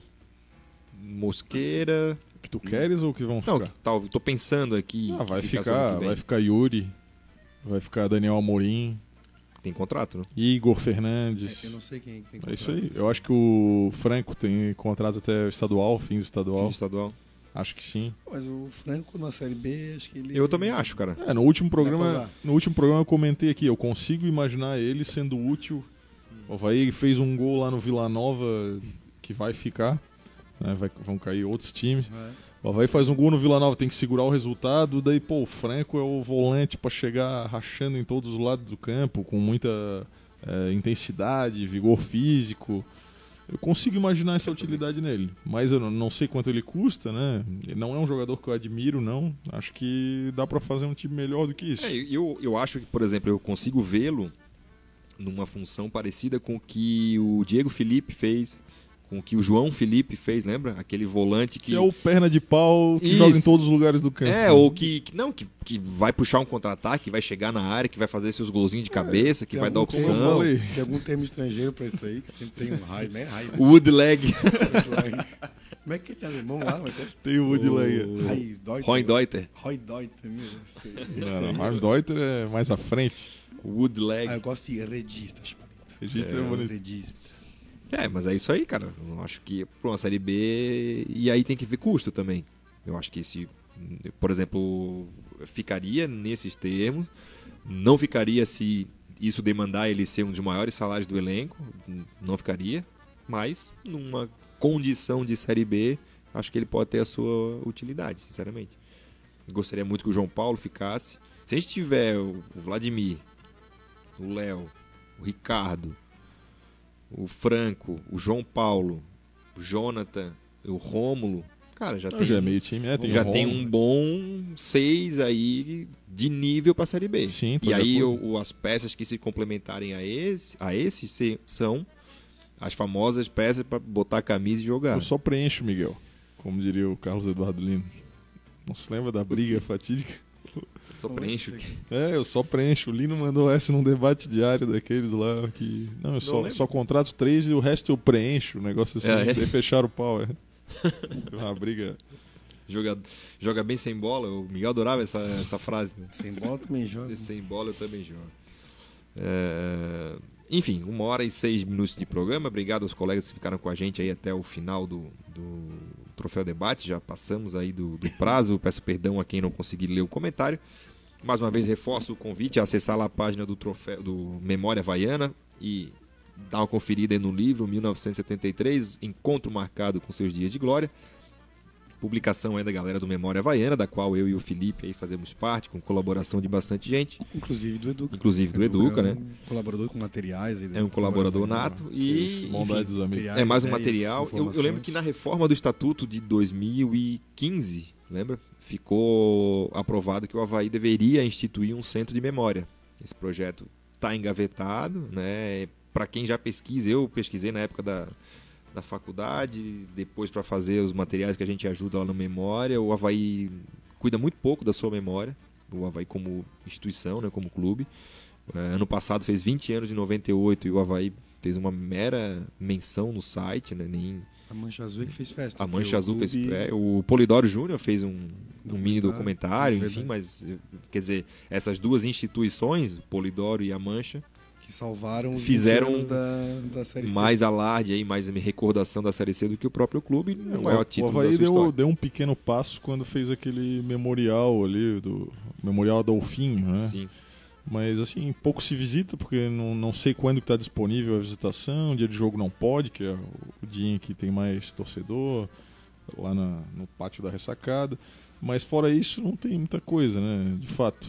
Mosqueira. Que tu queres ou que vão Não, ficar? tô pensando aqui. Vai que ficar, ano que vem. vai ficar Yuri, vai ficar Daniel Amorim, Tem contrato, né? Igor Fernandes. eu não sei quem tem É isso aí. contrato. Eu acho que o Franco tem contrato até o estadual, fim do estadual. Time estadual. Acho que sim. Mas o Franco na Série B, acho que ele... Eu também acho, cara. No último Dá pra programa, usar. eu comentei aqui, eu consigo imaginar ele sendo útil. O Avaí fez um gol lá no Vila Nova que vai ficar, né? Vão cair outros times. O Avaí faz um gol no Vila Nova, tem que segurar o resultado, daí o Franco é o volante para chegar rachando em todos os lados do campo, com muita intensidade, vigor físico. Eu consigo imaginar essa utilidade nele, mas eu não sei quanto ele custa, né? Ele não é um jogador que eu admiro, não. Acho que dá pra fazer um time melhor do que isso. Eu acho que, por exemplo, eu consigo vê-lo numa função parecida com o que o Diego Felipe fez com o que o João Felipe fez, lembra? Aquele volante que... Que é o perna de pau que Isso. joga em todos os lugares do campo. Ou que vai puxar um contra-ataque, que vai chegar na área, que vai fazer seus golzinhos de cabeça, que vai dar algum termo- opção. Tem algum termo estrangeiro pra isso aí, que sempre tem um raio, né? Raio, né? Wood leg. Como é que é de alemão lá? Tem o Woodlager. Reindeuter. Reindeuter mesmo. Não, mas Deuter é mais à frente. Wood leg. Eu gosto de regista, Registro é bonito. regista. Mas é isso aí, cara. Eu acho que pra uma Série B... E aí tem que ver custo também. Eu acho que se... Por exemplo, ficaria nesses termos. Não ficaria se isso demandar ele ser um dos maiores salários do elenco. Não ficaria. Mas, numa condição de Série B, acho que ele pode ter a sua utilidade, sinceramente. Gostaria muito que o João Paulo ficasse. Se a gente tiver o Vladimir, o Léo, o Ricardo, o Franco, o João Paulo, o Jonathan, o Rômulo, cara, já é meio time, já o tem Romulo. um bom 6 aí de nível para a Série B. Sim, tô e de aí acordo. as peças que se complementarem a esses são as famosas peças para botar a camisa e jogar. Eu só preencho, Miguel. Como diria o Carlos Eduardo Lino. Não se lembra da briga fatídica? Só preencho. Eu só preencho. O Lino mandou essa num debate diário daqueles lá que... Não, eu lembro. só contrato 3 e o resto eu preencho. Um negócio assim, É. daí fecharam o pau. Uma briga... Joga bem sem bola. O Miguel adorava essa frase. Né? Sem bola também joga. Sem bola eu também jogo. Enfim, 1h06 de programa. Obrigado aos colegas que ficaram com a gente aí até o final do Troféu Debate. Já passamos aí do prazo. Peço perdão a quem não conseguiu ler o comentário. Mais uma vez reforço o convite a acessar lá a página do Memória Havaiana e dar uma conferida aí no livro 1973, Encontro Marcado com Seus Dias de Glória. Publicação aí da galera do Memória Havaiana, da qual eu e o Felipe aí fazemos parte, com colaboração de bastante gente. Inclusive do Educa. Inclusive do Educa, né? Um colaborador com materiais. Aí É um colaborador nato e Bondade enfim, dos amigos. é mais um ideias, material. Eu lembro informações. que na reforma do Estatuto de 2015, lembra? Ficou aprovado que o Avaí deveria instituir um centro de memória. Esse projeto está engavetado, né? Para quem já pesquisa, eu pesquisei na época da faculdade, depois para fazer os materiais que a gente ajuda lá no Memória. O Avaí cuida muito pouco da sua memória, o Avaí como instituição, né, como clube. Ano passado fez 20 anos, em 98, e o Avaí fez uma mera menção no site, né, nem... A Mancha Azul é que fez festa. A Mancha Azul clube... fez... o Polidoro Júnior fez um mini documentário, isso é enfim, verdade. mas, quer dizer, essas duas instituições, o Polidoro e a Mancha, Que salvaram os fizeram 20 anos da Série C. mais alarde aí, mais recordação da Série C do que o próprio clube, no O maior título da Avaí sua história. deu um pequeno passo quando fez aquele memorial ali, do Memorial Adolfinho, né? Sim. Mas assim, pouco se visita, porque não sei quando está disponível a visitação, dia de jogo não pode, que é o dia em que tem mais torcedor, lá no pátio da ressacada. Mas fora isso, não tem muita coisa, né? De fato.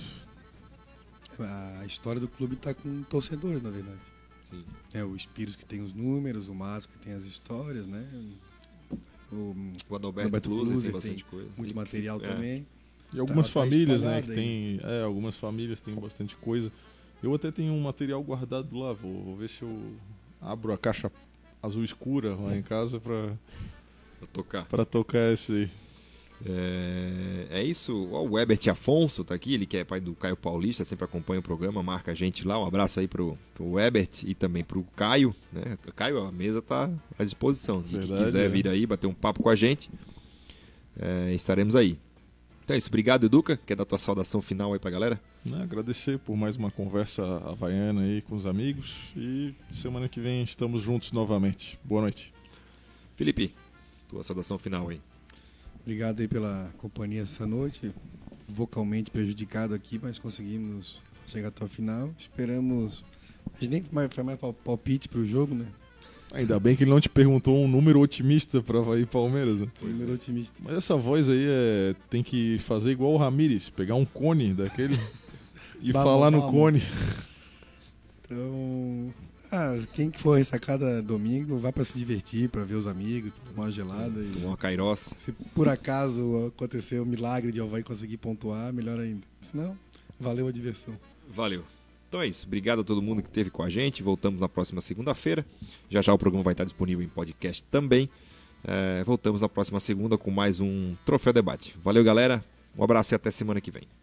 A história do clube está com torcedores, na verdade. Sim. É o Espírito que tem os números, o Márcio que tem as histórias, né? O Adalberto Roberto Bluser Bluser tem bastante tem coisa. muito material também. E algumas Tá famílias, né, espalhado que tem... algumas famílias têm bastante coisa. Eu até tenho um material guardado lá, vou ver se eu abro a caixa azul escura lá em casa Pra tocar. pra tocar esse aí. É isso. Ó, o Ebert Afonso tá aqui, ele que é pai do Caio Paulista, sempre acompanha o programa, marca a gente lá. Um abraço aí pro Ebert e também pro Caio, né? Caio, a mesa tá à disposição. Quem Verdade, quiser vir aí bater um papo com a gente, estaremos aí. Então é isso. Obrigado, Educa. Quer dar tua saudação final aí pra galera? Agradecer por mais uma conversa havaiana aí com os amigos e semana que vem estamos juntos novamente. Boa noite. Felipe, tua saudação final aí. Obrigado aí pela companhia essa noite. Vocalmente prejudicado aqui, mas conseguimos chegar até o final. Esperamos... A gente nem foi mais palpite pro jogo, né? Ainda bem que ele não te perguntou um número otimista pra Avaí e Palmeiras, né? Número otimista. Mas essa voz aí tem que fazer igual o Ramires, pegar um cone daquele e Vamos, falar no vamos. cone. Então... quem que for ressacada domingo, vá pra se divertir, pra ver os amigos, pra tomar uma gelada. E Tomar uma cairoça. se por acaso acontecer o milagre de Avaí conseguir pontuar, melhor ainda. Senão, valeu a diversão. Valeu. Então é isso. Obrigado a todo mundo que esteve com a gente. Voltamos na próxima segunda-feira. Já já o programa vai estar disponível em podcast também. Voltamos na próxima segunda com mais um Troféu Debate. Valeu, galera. Um abraço e até semana que vem.